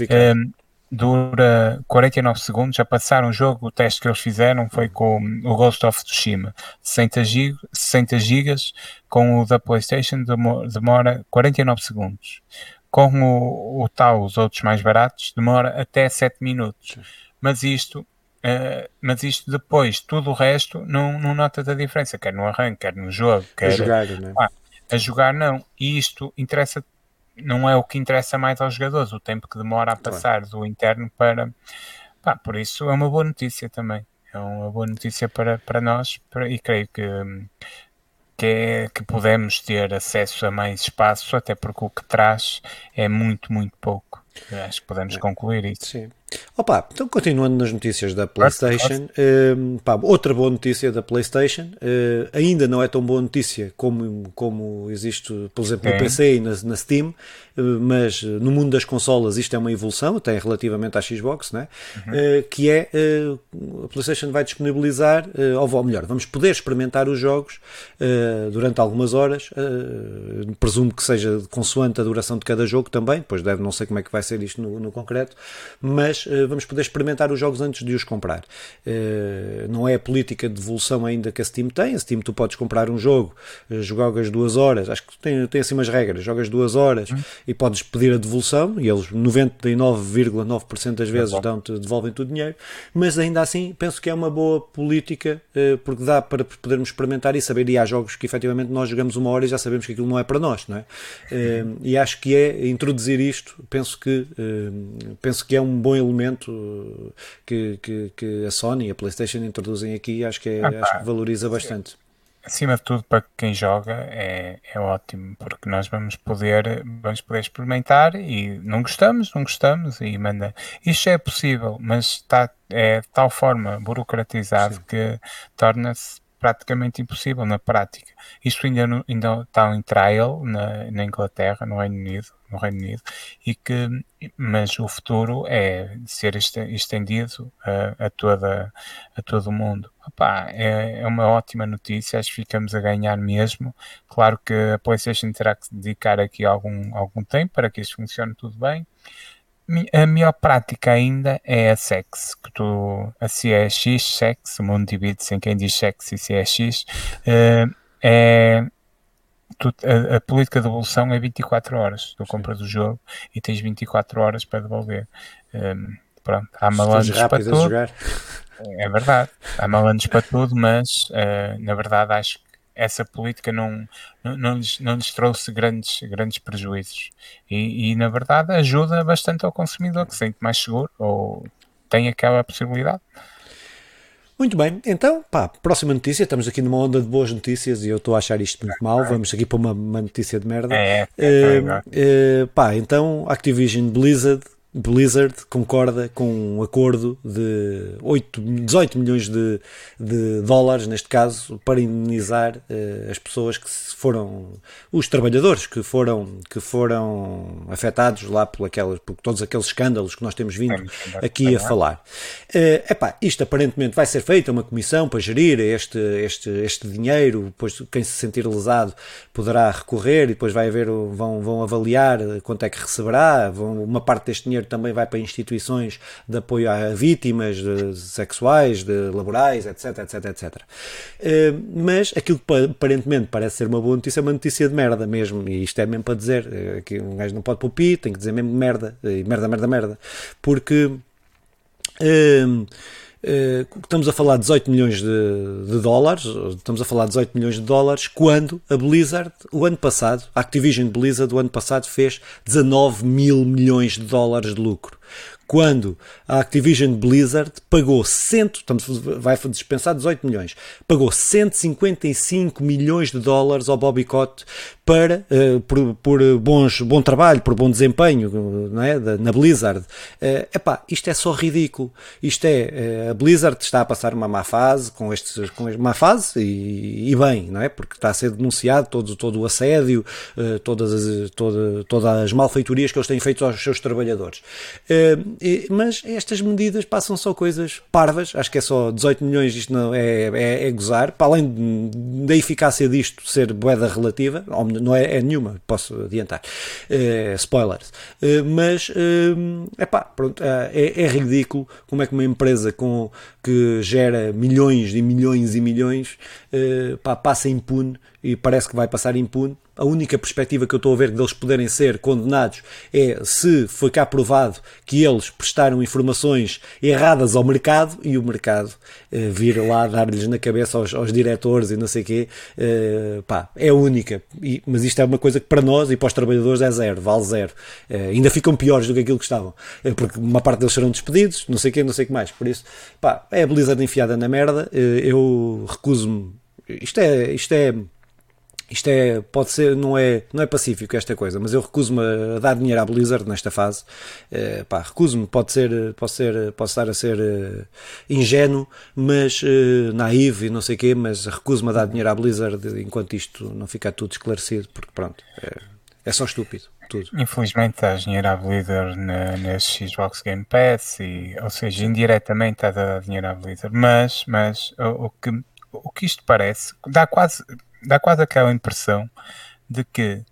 dura 49 segundos. Já passaram o jogo, o teste que eles fizeram foi com o Ghost of Tsushima, 60 GB, com o da PlayStation demora 49 segundos. Com os outros mais baratos, demora até 7 minutos. Mas isto depois, tudo o resto não nota da diferença, quer no arranque, quer no jogo, quer a jogar, não é? A jogar não. E isto interessa, não é o que interessa mais aos jogadores, o tempo que demora a passar do interno para... por isso é uma boa notícia também. É uma boa notícia para nós, e creio que podemos ter acesso a mais espaço, até porque o que traz é muito, muito pouco. Acho que podemos concluir isso. Sim. Então, continuando nas notícias da PlayStation, outra boa notícia da PlayStation, ainda não é tão boa notícia como existe, por exemplo, no PC e na Steam, mas no mundo das consolas isto é uma evolução, até relativamente à Xbox, né? Que é a PlayStation vai disponibilizar, ou melhor, vamos poder experimentar os jogos durante algumas horas, presumo que seja consoante a duração de cada jogo também, pois não sei como é que vai ser isto no concreto, mas vamos poder experimentar os jogos antes de os comprar. Não é a política de devolução ainda que a Steam tem. A Steam, tu podes comprar um jogo, jogas 2 horas, acho que tem assim umas regras, jogas 2 horas e podes pedir a devolução, e eles 99,9% das vezes devolvem-te o dinheiro, mas ainda assim penso que é uma boa política, porque dá para podermos experimentar e saber, e há jogos que efetivamente nós jogamos 1 hora e já sabemos que aquilo não é para nós, não é? E acho que introduzir isto, penso que é um bom elemento que a Sony e a PlayStation introduzem aqui. Acho que valoriza bastante. Acima de tudo, para quem joga é ótimo, porque nós vamos poder experimentar, e não gostamos e manda. Isto é possível, mas é de tal forma burocratizado, sim, que torna-se praticamente impossível na prática. Isto ainda está em trial na Inglaterra, no Reino Unido, mas o futuro é ser estendido a todo o mundo. É uma ótima notícia, acho que ficamos a ganhar mesmo. Claro que a PlayStation terá que se dedicar aqui algum tempo para que isto funcione tudo bem. A melhor prática ainda é a SEX, se é X, SEX, o mundo divide-se em quem diz SEX e se é X. A política de devolução é 24 horas. Tu compras o jogo e tens 24 horas para devolver. Há malandros para tudo. É verdade, há malandros para tudo, mas na verdade acho que essa política não lhes trouxe grandes prejuízos, e na verdade ajuda bastante ao consumidor, que se sente mais seguro ou tem aquela possibilidade. Muito bem, então, próxima notícia. Estamos aqui numa onda de boas notícias e eu estou a achar isto muito mal. Vamos aqui para uma notícia de merda. Então, Activision Blizzard concorda com um acordo de 18 milhões de dólares, neste caso, para indenizar as pessoas os trabalhadores que foram afetados lá por todos aqueles escândalos que nós temos vindo aqui a falar. Isto aparentemente vai ser feita uma comissão para gerir este dinheiro, depois quem se sentir lesado poderá recorrer, e depois vão avaliar quanto é que receberá, uma parte deste dinheiro dinheiro também vai para instituições de apoio a vítimas sexuais, laborais, etc, etc, etc. Mas aquilo que aparentemente parece ser uma boa notícia é uma notícia de merda mesmo, e isto é mesmo para dizer, que um gajo não pode pôr pi, tem que dizer mesmo merda, merda, porque estamos a falar de 18 milhões de dólares, estamos a falar de 18 milhões de dólares, quando a Blizzard, o ano passado, a Activision Blizzard, o ano passado fez 19 mil milhões de dólares de lucro. Quando a Activision Blizzard pagou vai dispensar 18 milhões, pagou 155 milhões de dólares ao Bobby Kotick por bom trabalho, por bom desempenho, não é? Na Blizzard. Isto é só ridículo. A Blizzard está a passar uma má fase, má fase e bem, não é? Porque está a ser denunciado todo o assédio, todas as malfeitorias que eles têm feito aos seus trabalhadores. Mas estas medidas passam só coisas parvas, acho que é só 18 milhões, isto não é gozar, para além da eficácia disto ser moeda relativa, não é nenhuma, posso adiantar, spoilers, mas pronto, é ridículo como é que uma empresa que gera milhões e milhões e milhões passa impune, e parece que vai passar impune. A única perspectiva que eu estou a ver deles poderem ser condenados é se foi cá provado que eles prestaram informações erradas ao mercado e o mercado vir lá dar-lhes na cabeça aos diretores e não sei o quê. É a única. Mas isto é uma coisa que para nós e para os trabalhadores é zero, vale zero. Ainda ficam piores do que aquilo que estavam. Porque uma parte deles serão despedidos, não sei o quê, não sei o que mais. Por isso, é a Blizzard enfiada na merda. Eu recuso-me. Pode ser, não é pacífico esta coisa, mas eu recuso-me a dar dinheiro à Blizzard nesta fase. Recuso-me, posso estar a ser ingênuo, mas naivo e não sei o quê, mas recuso-me a dar dinheiro à Blizzard enquanto isto não ficar tudo esclarecido, porque pronto, é só estúpido. Tudo. Infelizmente estás dinheiro à Blizzard nesse Xbox Game Pass, ou seja, indiretamente estás a dar dinheiro à Blizzard, mas o que isto parece, dá quase aquela impressão de que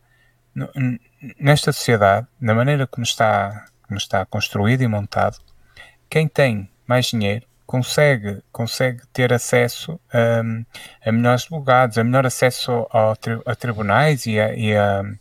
nesta sociedade, na maneira como está construído e montado, quem tem mais dinheiro consegue ter acesso a melhores advogados, a melhor acesso a tribunais e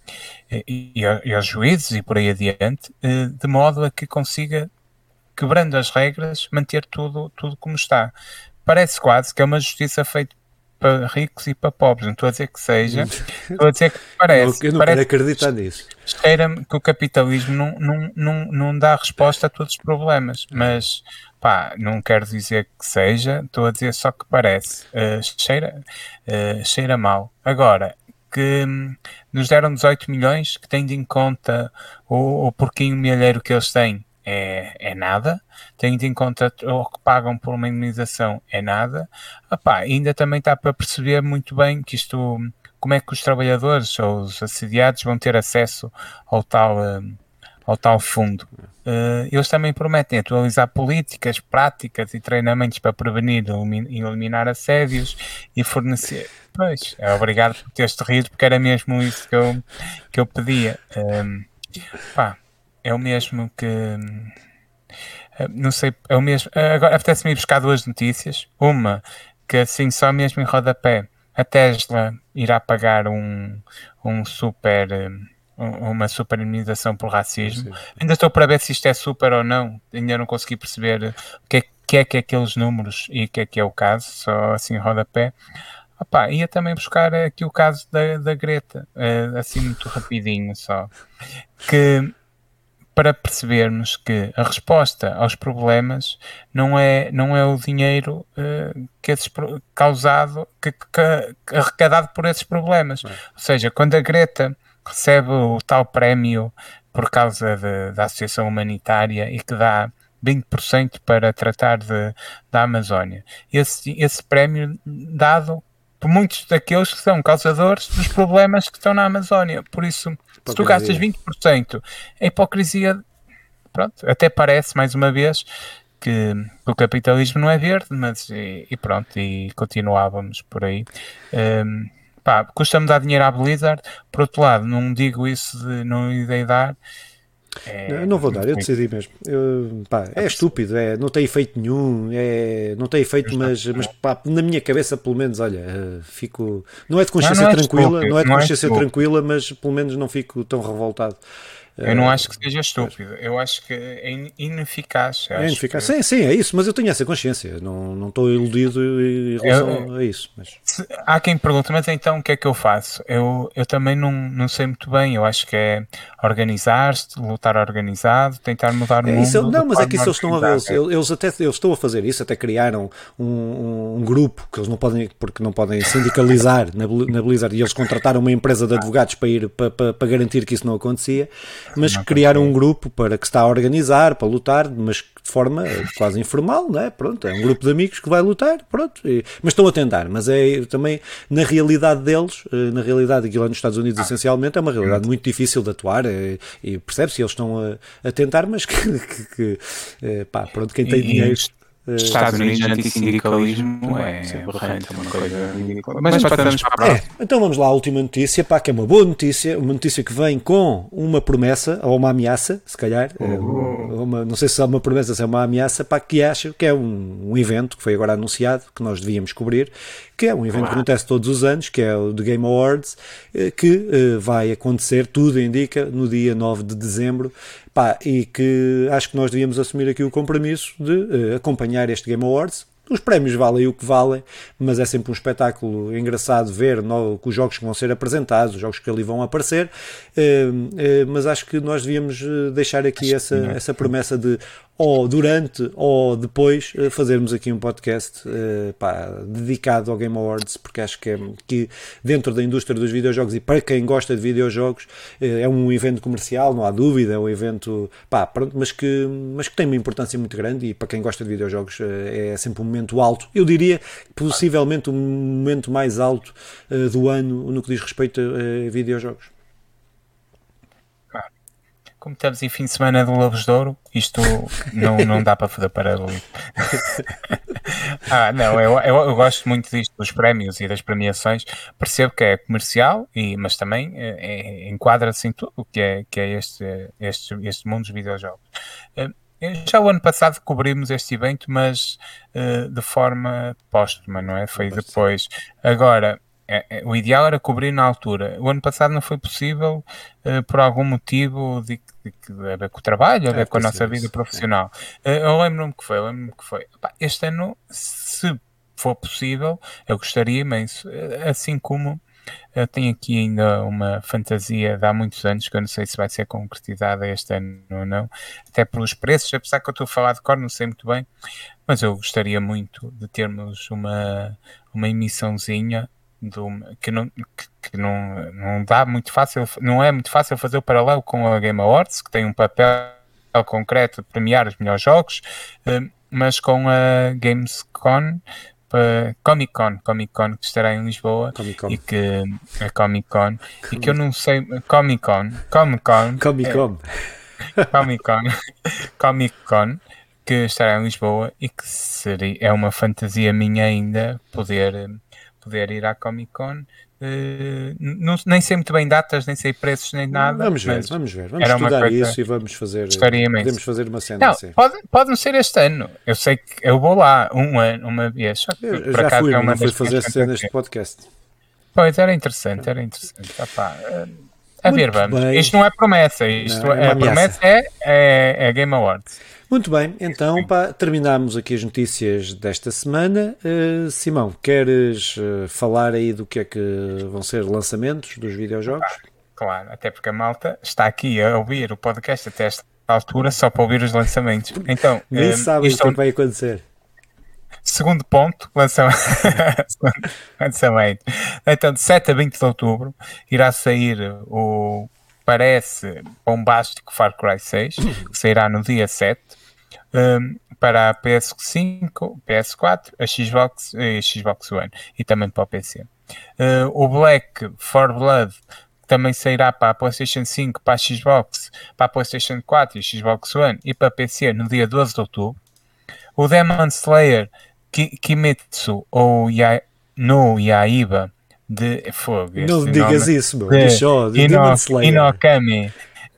aos juízes e por aí adiante, de modo a que consiga, quebrando as regras, manter tudo como está. Parece quase que é uma justiça feita para ricos e para pobres, não estou a dizer que seja, estou a dizer que parece. Eu não quero acreditar nisso. Cheira-me que o capitalismo não dá resposta a todos os problemas, mas não quero dizer que seja, estou a dizer só que parece. Cheira mal. Agora, que nos deram 18 milhões, que tendo em conta o porquinho milheiro que eles têm, é nada, tendo em conta o que pagam por uma indemnização, é nada. Ainda também está para perceber muito bem que isto, como é que os trabalhadores ou os assediados vão ter acesso ao tal fundo. Eles também prometem atualizar políticas, práticas e treinamentos para prevenir e eliminar assédios e fornecer. Pois, obrigado por teres-te rido, porque era mesmo isso que eu pedia. É o mesmo que... Não sei, é o mesmo... Agora apetece-me ir buscar duas notícias. Uma, que assim, só mesmo em rodapé, a Tesla irá pagar uma super indemnização por racismo. Sim. Ainda estou para ver se isto é super ou não. Ainda não consegui perceber o que é aqueles números e o que é o caso. Só assim em rodapé. Ia também buscar aqui o caso da Greta. Assim muito rapidinho só. Que... para percebermos que a resposta aos problemas não é o dinheiro arrecadado por esses problemas. Ou seja, quando a Greta recebe o tal prémio por causa da Associação Humanitária e que dá 20% para tratar da Amazónia, esse prémio dado por muitos daqueles que são causadores dos problemas que estão na Amazónia. Por isso, se tu gastas 20%, a hipocrisia, pronto, até parece, mais uma vez, que o capitalismo não é verde, mas e pronto, e continuávamos por aí. Custa-me dar dinheiro à Blizzard. Por outro lado, não digo isso não irei dar, Não vou dar, eu decidi mesmo. É estúpido, não tem efeito nenhum, não tem efeito, mas pá, na minha cabeça, pelo menos, olha, fico. Não é de consciência tranquila, não é de consciência tranquila, mas pelo menos não fico tão revoltado. Eu não acho que seja estúpido, eu acho que é ineficaz. É ineficaz, sim, é isso, mas eu tenho essa consciência, não estou iludido em relação a isso. Mas... Há quem pergunte, mas então o que é que eu faço? Eu também não sei muito bem, eu acho que é organizar-se, lutar organizado, tentar mudar o mundo. Mas é que isso eles estão a ver, eles estão a fazer isso, até criaram um grupo que eles não podem, porque não podem sindicalizar na Blizzard, e eles contrataram uma empresa de advogados para garantir que isso não acontecia. Mas criaram um grupo que está a organizar, para lutar, mas de forma quase informal, não é? Pronto, é um grupo de amigos que vai lutar, pronto. Mas estão a tentar, mas é também, na realidade deles, na realidade aqui lá nos Estados Unidos, essencialmente, é uma realidade muito difícil de atuar, e percebe-se, eles estão a tentar, mas pá, pronto, quem tem dinheiro... Estados Unidos, antissindicalismo é aberrante, uma coisa ridícula. Mas passamos para a próxima. Então vamos lá à última notícia, pá, que é uma boa notícia, uma notícia que vem com uma promessa, ou uma ameaça, se calhar, não sei se é uma promessa, se é uma ameaça, pá, que acho que é um evento que foi agora anunciado, que nós devíamos cobrir, que é um evento que acontece todos os anos, que é o The Game Awards, que vai acontecer, tudo indica, no dia 9 de dezembro, pá, e que acho que nós devíamos assumir aqui o compromisso de acompanhar este Game Awards. Os prémios valem o que valem, mas é sempre um espetáculo engraçado ver os jogos que vão ser apresentados, os jogos que ali vão aparecer, mas acho que nós devíamos deixar aqui essa promessa de ou durante ou depois fazermos aqui um podcast dedicado ao Game Awards, porque acho que dentro da indústria dos videojogos e para quem gosta de videojogos é um evento comercial, não há dúvida, é um evento mas que tem uma importância muito grande, e para quem gosta de videojogos é sempre um momento alto, eu diria possivelmente o momento mais alto do ano no que diz respeito a videojogos. Como estamos em fim de semana do Lobos de Ouro, isto não dá para fazer paralelo. Eu gosto muito disto, dos prémios e das premiações. Percebo que é comercial, mas também enquadra-se em tudo o que é este mundo dos videojogos. Já o ano passado cobrimos este evento, mas de forma póstuma, não é? Foi depois. Agora... o ideal era cobrir na altura. O ano passado não foi possível por algum motivo de a ver com o trabalho, a ver com a nossa vida profissional. Eu lembro-me que foi. Este ano, se for possível, eu gostaria imenso. Assim como eu tenho aqui ainda uma fantasia de há muitos anos, que eu não sei se vai ser concretizada este ano ou não, até pelos preços, apesar que eu estou a falar de cor, não sei muito bem, mas eu gostaria muito de termos uma emissãozinha que não dá muito fácil, não é muito fácil fazer o paralelo com a Game Awards, que tem um papel concreto de premiar os melhores jogos, mas com a Gamescom, Comic Con que estará em Lisboa, e que a Comic Con e que eu não sei, Comic Con que estará em Lisboa, e que é uma fantasia minha ainda poder ir à Comic Con. Nem sei muito bem datas, nem sei preços, nem nada. Vamos ver. Vamos estudar isso e vamos fazer. Podemos fazer uma cena assim. Pode não ser este ano. Eu sei que eu vou lá uma vez. Só que, eu já fui, não fui fazer cenas de podcast. Pois, era interessante. A ver, vamos. Bem. Isto não é promessa. A promessa é Game Awards. Muito bem, então terminamos aqui as notícias desta semana. Simão, queres falar aí do que é que vão ser lançamentos dos videojogos? Claro, até porque a malta está aqui a ouvir o podcast até esta altura só para ouvir os lançamentos. Então, nem sabem o que vai acontecer. Segundo ponto, lançamento. Então, de 7 a 20 de outubro irá sair parece bombástico Far Cry 6, que sairá no dia 7, para a PS5, PS4, a Xbox e Xbox One, e também para o PC. O Black 4 Blood também sairá para a PlayStation 5, para a Xbox, para a PlayStation 4 e Xbox One, e para a PC no dia 12 de outubro. O Demon Slayer Kimetsu ou no Yaiba de Fogo. Não digas isso, meu. Demon Slayer. Inokami.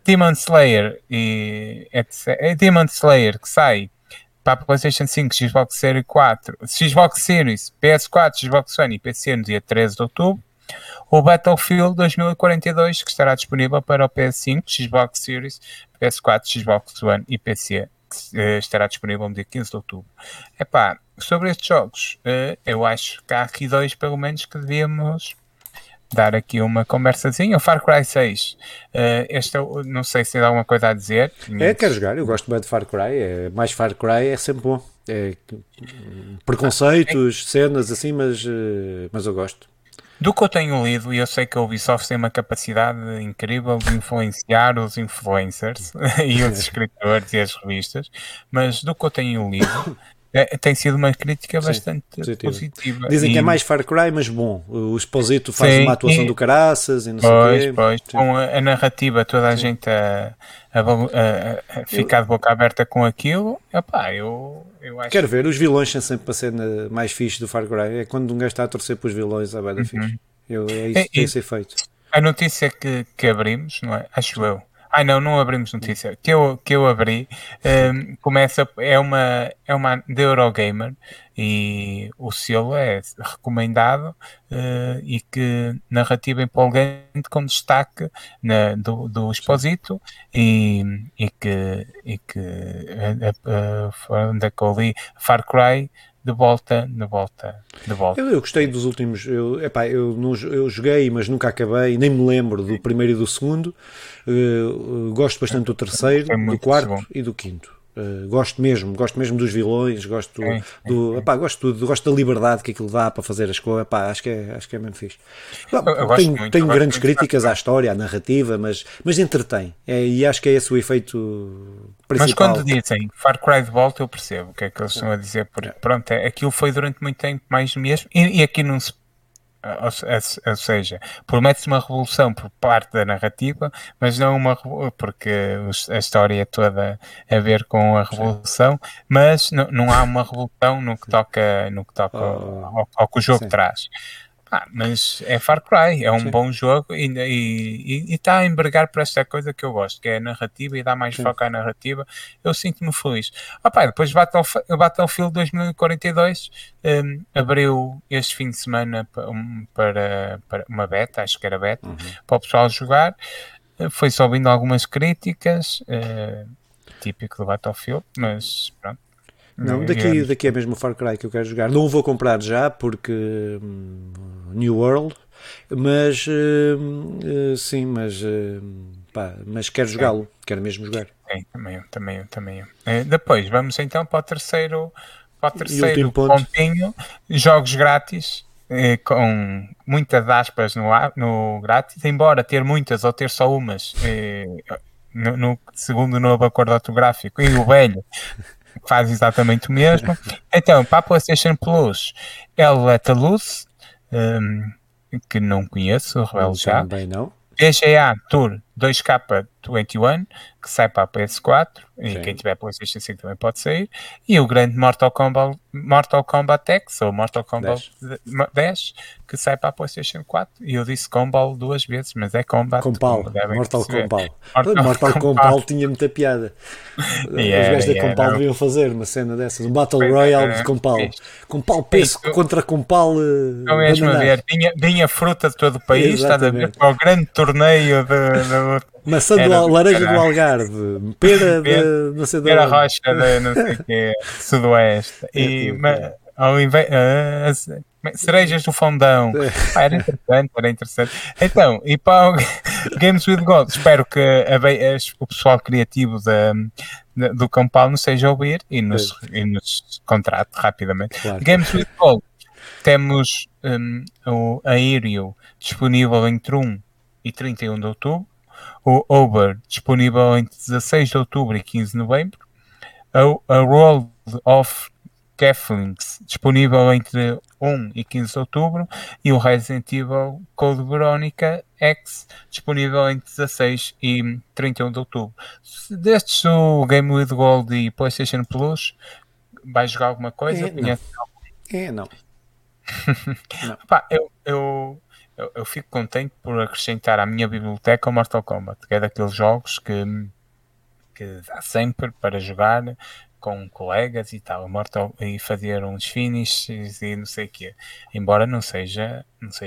Demon Slayer Demon Slayer que sai para a PlayStation 5, Xbox Series 4, Xbox Series, PS4, Xbox One e PC no dia 13 de outubro. O Battlefield 2042 que estará disponível para o PS5, Xbox Series, PS4, Xbox One e PC, que estará disponível no dia 15 de outubro. Epá, sobre estes jogos, eu acho que há aqui dois pelo menos que devíamos dar aqui uma conversazinha. O Far Cry 6, este não sei se tem alguma coisa a dizer. Quero jogar, eu gosto bem de Far Cry, mais Far Cry é sempre bom. Preconceitos, cenas assim, mas eu gosto. Do que eu tenho lido, e eu sei que a Ubisoft tem uma capacidade incrível de influenciar os influencers e os escritores e as revistas, mas do que eu tenho lido, tem sido uma crítica bastante positiva. Dizem que é mais Far Cry, mas bom. O Exposito faz uma atuação do caraças e não sei o quê. Pois, com a narrativa, toda a gente a ficar de boca aberta com aquilo. Epá, eu acho. Quero ver, os vilões são sempre a cena mais fixe do Far Cry. É quando um gajo está a torcer para os vilões, é bem fixe. É isso que tem a ser feito. A notícia que abrimos, não é? Acho eu. Não abrimos notícia. Que eu abri, é uma da Eurogamer e o selo é recomendado e que narrativa empolgante com destaque do Exposito e que onde é que eu li Far Cry de volta. Eu gostei dos últimos. Eu joguei, mas nunca acabei, nem me lembro do primeiro e do segundo. Gosto bastante do terceiro, do quarto e do quinto. Gosto mesmo dos vilões, gosto da liberdade que aquilo dá para fazer as coisas. Acho que é mesmo fixe. Tenho grandes críticas à história, à narrativa, mas entretém. E acho que é esse o efeito principal. Mas quando dizem Far Cry de volta, eu percebo o que é que eles estão a dizer. Pronto, aquilo foi durante muito tempo mais mesmo, e aqui não se. Ou seja, promete-se uma revolução por parte da narrativa, mas não porque a história é toda a ver com a revolução, mas não há uma revolução no que toca ao que o jogo traz. Mas é Far Cry, é um bom jogo e está a envergar por esta coisa que eu gosto, que é a narrativa e dá mais foco à narrativa. Eu sinto-me feliz. Depois o Battlefield 2042 abriu este fim de semana para uma beta, acho que era beta, para o pessoal jogar. Foi só ouvindo algumas críticas, típico do Battlefield, mas pronto. Não, daqui é mesmo o Far Cry que eu quero jogar. Não o vou comprar já porque New World, mas sim, mas quero jogá-lo, quero mesmo jogar. Sim, também eu. Depois vamos então para o terceiro pontinho, jogos grátis. Com muitas aspas no grátis, embora ter muitas ou ter só umas, segundo o novo acordo ortográfico, e o velho faz exatamente o mesmo. Então, para a PlayStation Plus, El Let Loose, que não conheço, revelo já. Também não. PGA Tour 2K21, que sai para a PS4, e quem tiver PlayStation 5 também pode sair, e o grande Mortal Kombat X, ou Mortal Kombat 10, que sai para a PlayStation 4, e eu disse Kombat duas vezes, mas é Kombat. Mortal Kombat tinha muita piada. Os gajos da Compal deviam fazer uma cena dessas, um Battle Royale de Compal. Compal peso contra Compal. Não mesmo a ver, vinha fruta de todo o país, está a ver, para o grande torneio maçã laranja do Algarve, pera de não sei de onde. Rocha de não sei o que, sudoeste. Cerejas do Fondão. Era interessante. Então, e para o Games with Gold, espero que o pessoal criativo do Compal nos seja a ouvir e nos contrate rapidamente. Claro. Games with Gold, temos o Aéreo disponível entre 1 e 31 de outubro. O Over disponível entre 16 de outubro e 15 de novembro. A World of Keflings disponível entre 1 e 15 de outubro. E o Resident Evil Code Veronica X disponível entre 16 e 31 de outubro. Destes, o Game with Gold e PlayStation Plus, vai jogar alguma coisa? Não. Eu eu fico contente por acrescentar à minha biblioteca o Mortal Kombat, que é daqueles jogos que dá sempre para jogar com colegas e tal, e fazer uns finishes e não sei o quê, embora não seja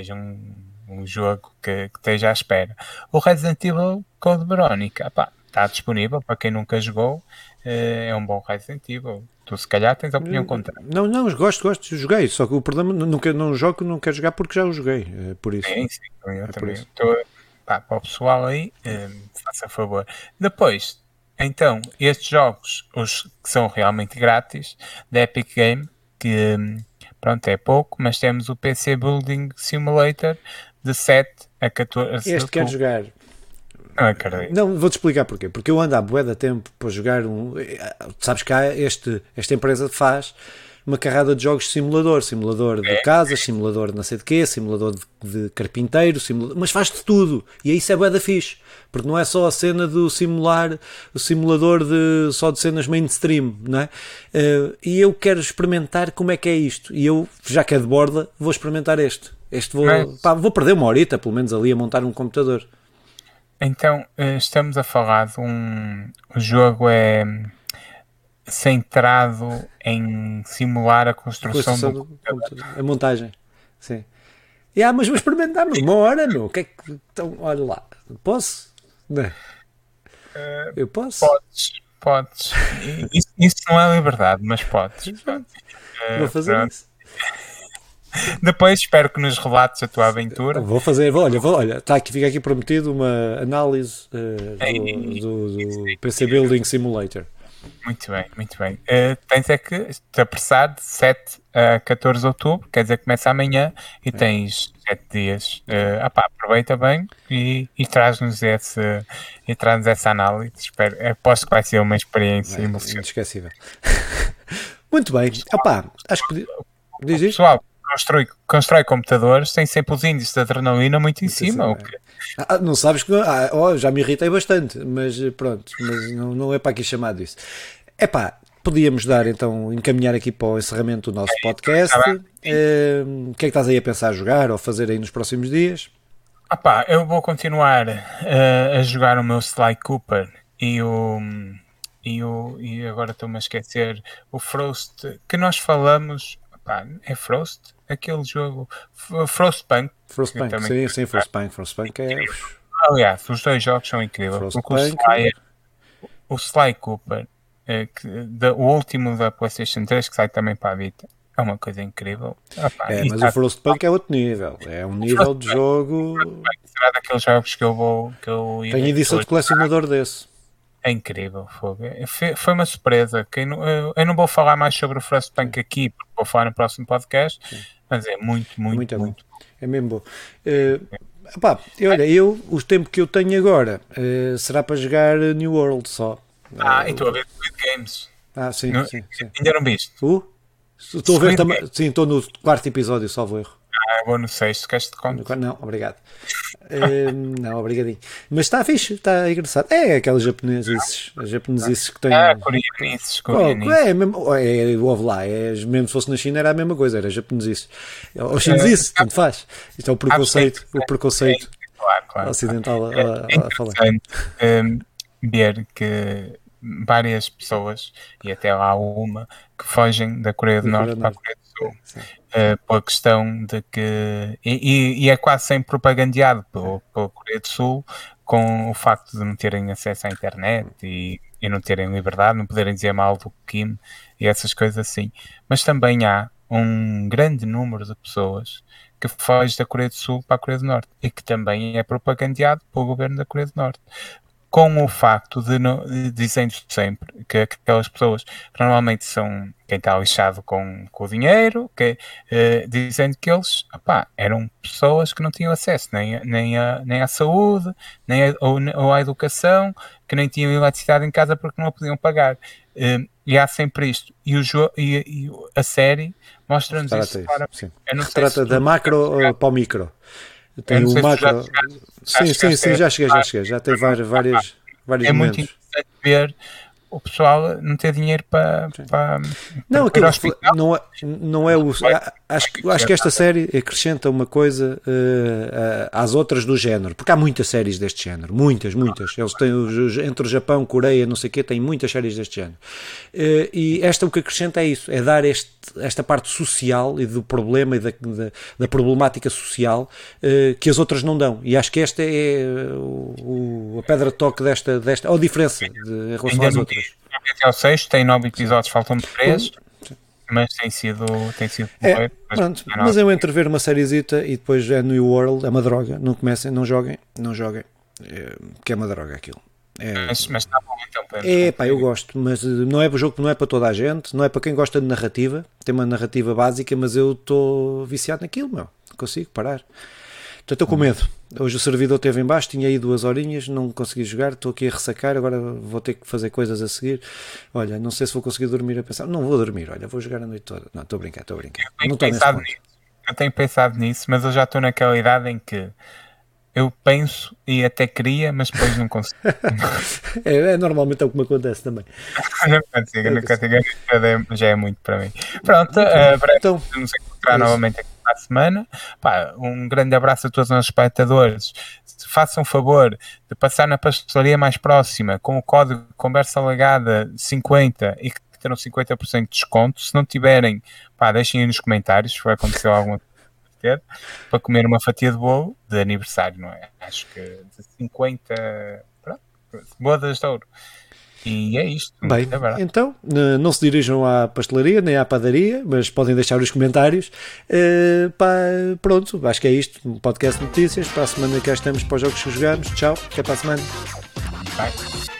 um jogo que esteja à espera. O Resident Evil Code Veronica, está disponível para quem nunca jogou, é um bom Resident Evil. Tu se calhar tens a opinião contrária. Não, gosto, joguei, só que o problema, não jogo, não quero jogar porque já o joguei, por isso. Sim, eu também. Para o pessoal aí, faça favor. Depois, então, estes jogos, os que são realmente grátis, da Epic Game, que pronto, é pouco, mas temos o PC Building Simulator de 7 a 14. Este quero jogar. Não acredito. Não, vou-te explicar porquê. Porque eu ando há bué de tempo para jogar sabes que esta empresa faz uma carrada de jogos de simulador de casas, simulador não sei de quê, simulador de carpinteiro, mas faz de tudo. E isso é bué da fixe. Porque não é só a cena do o simulador só de cenas mainstream, não é? E eu quero experimentar como é que é isto. E eu, já que é de borda, vou experimentar este. Vou perder uma horita, pelo menos, ali a montar um computador. Então, estamos a falar de o jogo é centrado em simular a construção do computador. A montagem, sim. Mas vou experimentar uma hora, meu. Que é que, então, olha lá. Posso? Não. Eu posso? Podes. Isso não é liberdade, mas podes. Vou fazer isso. Depois espero que nos relates a tua aventura. Vou fazer, olha, fica aqui prometido uma análise do PC Building Simulator. Muito bem. Tens é que te apressar de 7 a 14 de outubro, quer dizer, começa amanhã e tens 7 dias. Aproveita bem e traz-nos essa análise. Aposto que vai ser uma experiência emocionante. Inesquecível. Muito bem. Acho que diz isto. Pessoal, constrói computadores, tem sempre os índices de adrenalina muito em cima. Não sabes que já me irritei bastante, mas pronto, mas não é para aqui chamado isso. Podíamos encaminhar aqui para o encerramento do nosso podcast. O que é que estás aí a pensar jogar ou fazer aí nos próximos dias? Eu vou continuar a jogar o meu Sly Cooper e agora estou-me a esquecer o Frost, que nós falamos. É Frost? Aquele jogo Frostpunk. Sim, Frostpunk é... Aliás, os dois jogos são incríveis. O Sly Cooper, o último da PlayStation 3, que sai também para a Vita, é uma coisa incrível. Mas o Frostpunk é outro nível. É um nível de jogo... Será daqueles jogos que eu tenho edição de colecionador desse. É incrível, foi uma surpresa. Eu não vou falar mais sobre o Frostpunk aqui, porque vou falar no próximo podcast, mas é muito. É mesmo bom. O tempo que eu tenho agora será para jogar New World só. E estou a ver Squid Games. Sim. Ainda não viste? Estou a ver também. Sim, estou no 4º episódio, salvo erro. Eu vou no 6º, queres te contar? Não, obrigado. Não, obrigadinho. Mas está fixe, está engraçado. É aquelas japonesices que têm. Coreanices. Houve lá. Mesmo se fosse na China era a mesma coisa, era japonesices. Ou chinesice, tanto faz. Isto é o preconceito Claro. ocidental a falar. Ver que várias pessoas, e até lá uma, que fogem da Coreia do Norte para a Coreia do Sul. Pela questão de que... E é quase sempre propagandeado pela Coreia do Sul, com o facto de não terem acesso à internet e não terem liberdade, não poderem dizer mal do Kim e essas coisas assim. Mas também há um grande número de pessoas que foge da Coreia do Sul para a Coreia do Norte e que também é propagandeado pelo governo da Coreia do Norte. Com o facto de dizendo sempre que aquelas pessoas que normalmente são quem está lixado com o dinheiro, dizendo que eles eram pessoas que não tinham acesso nem à saúde, ou à educação, que nem tinham eletricidade em casa porque não a podiam pagar. E há sempre isto. E a série mostra-nos isso. Trata da macro para o micro. Tem o macro. Sim, já cheguei. Já tem vários momentos. Muito interessante ver o pessoal não ter dinheiro para não, aquilo não é o. acho que esta série acrescenta uma coisa às outras do género, porque há muitas séries deste género, muitas. Eles têm, entre o Japão, Coreia, não sei o quê, têm muitas séries deste género. E esta o que acrescenta é isso, é dar esta parte social e do problema e da problemática social que as outras não dão. E acho que esta é a pedra de toque desta ou a diferença em relação às outras. Até ao 6 tem 9 episódios, faltam 3. Mas tem sido mas eu entre ver uma sériezita e depois é New World, é uma droga, não comecem, não joguem, que é uma droga aquilo. Mas está bom então. Eu gosto, mas não é para o jogo, não é para toda a gente, não é para quem gosta de narrativa, tem uma narrativa básica, mas eu estou viciado naquilo, não consigo parar. Então estou com medo. Hoje o servidor esteve em baixo, tinha aí 2 horinhas, não consegui jogar, estou aqui a ressacar, agora vou ter que fazer coisas a seguir. Olha, não sei se vou conseguir dormir a pensar. Não vou dormir, olha, vou jogar a noite toda. Não, estou a brincar. Eu tenho pensado nisso, mas eu já estou naquela idade em que eu penso e até queria, mas depois não consigo. Normalmente é o que me acontece também. Já é muito para mim. Pronto, então, nos encontrar novamente aqui para a semana. Um grande abraço a todos os nossos espectadores. Façam favor de passar na pastelaria mais próxima com o código Conversa Legada 50 e que terão 50% de desconto. Se não tiverem, deixem aí nos comentários se vai acontecer alguma coisa para comer uma fatia de bolo de aniversário, não é? Acho que de 50 bodas de ouro. E é isto. Bem, então não se dirijam à pastelaria nem à padaria, mas podem deixar os comentários. Pronto, acho que é isto. Um podcast de notícias. Para a semana cá estamos para os jogos que jogamos. Tchau, até para a semana. Bye.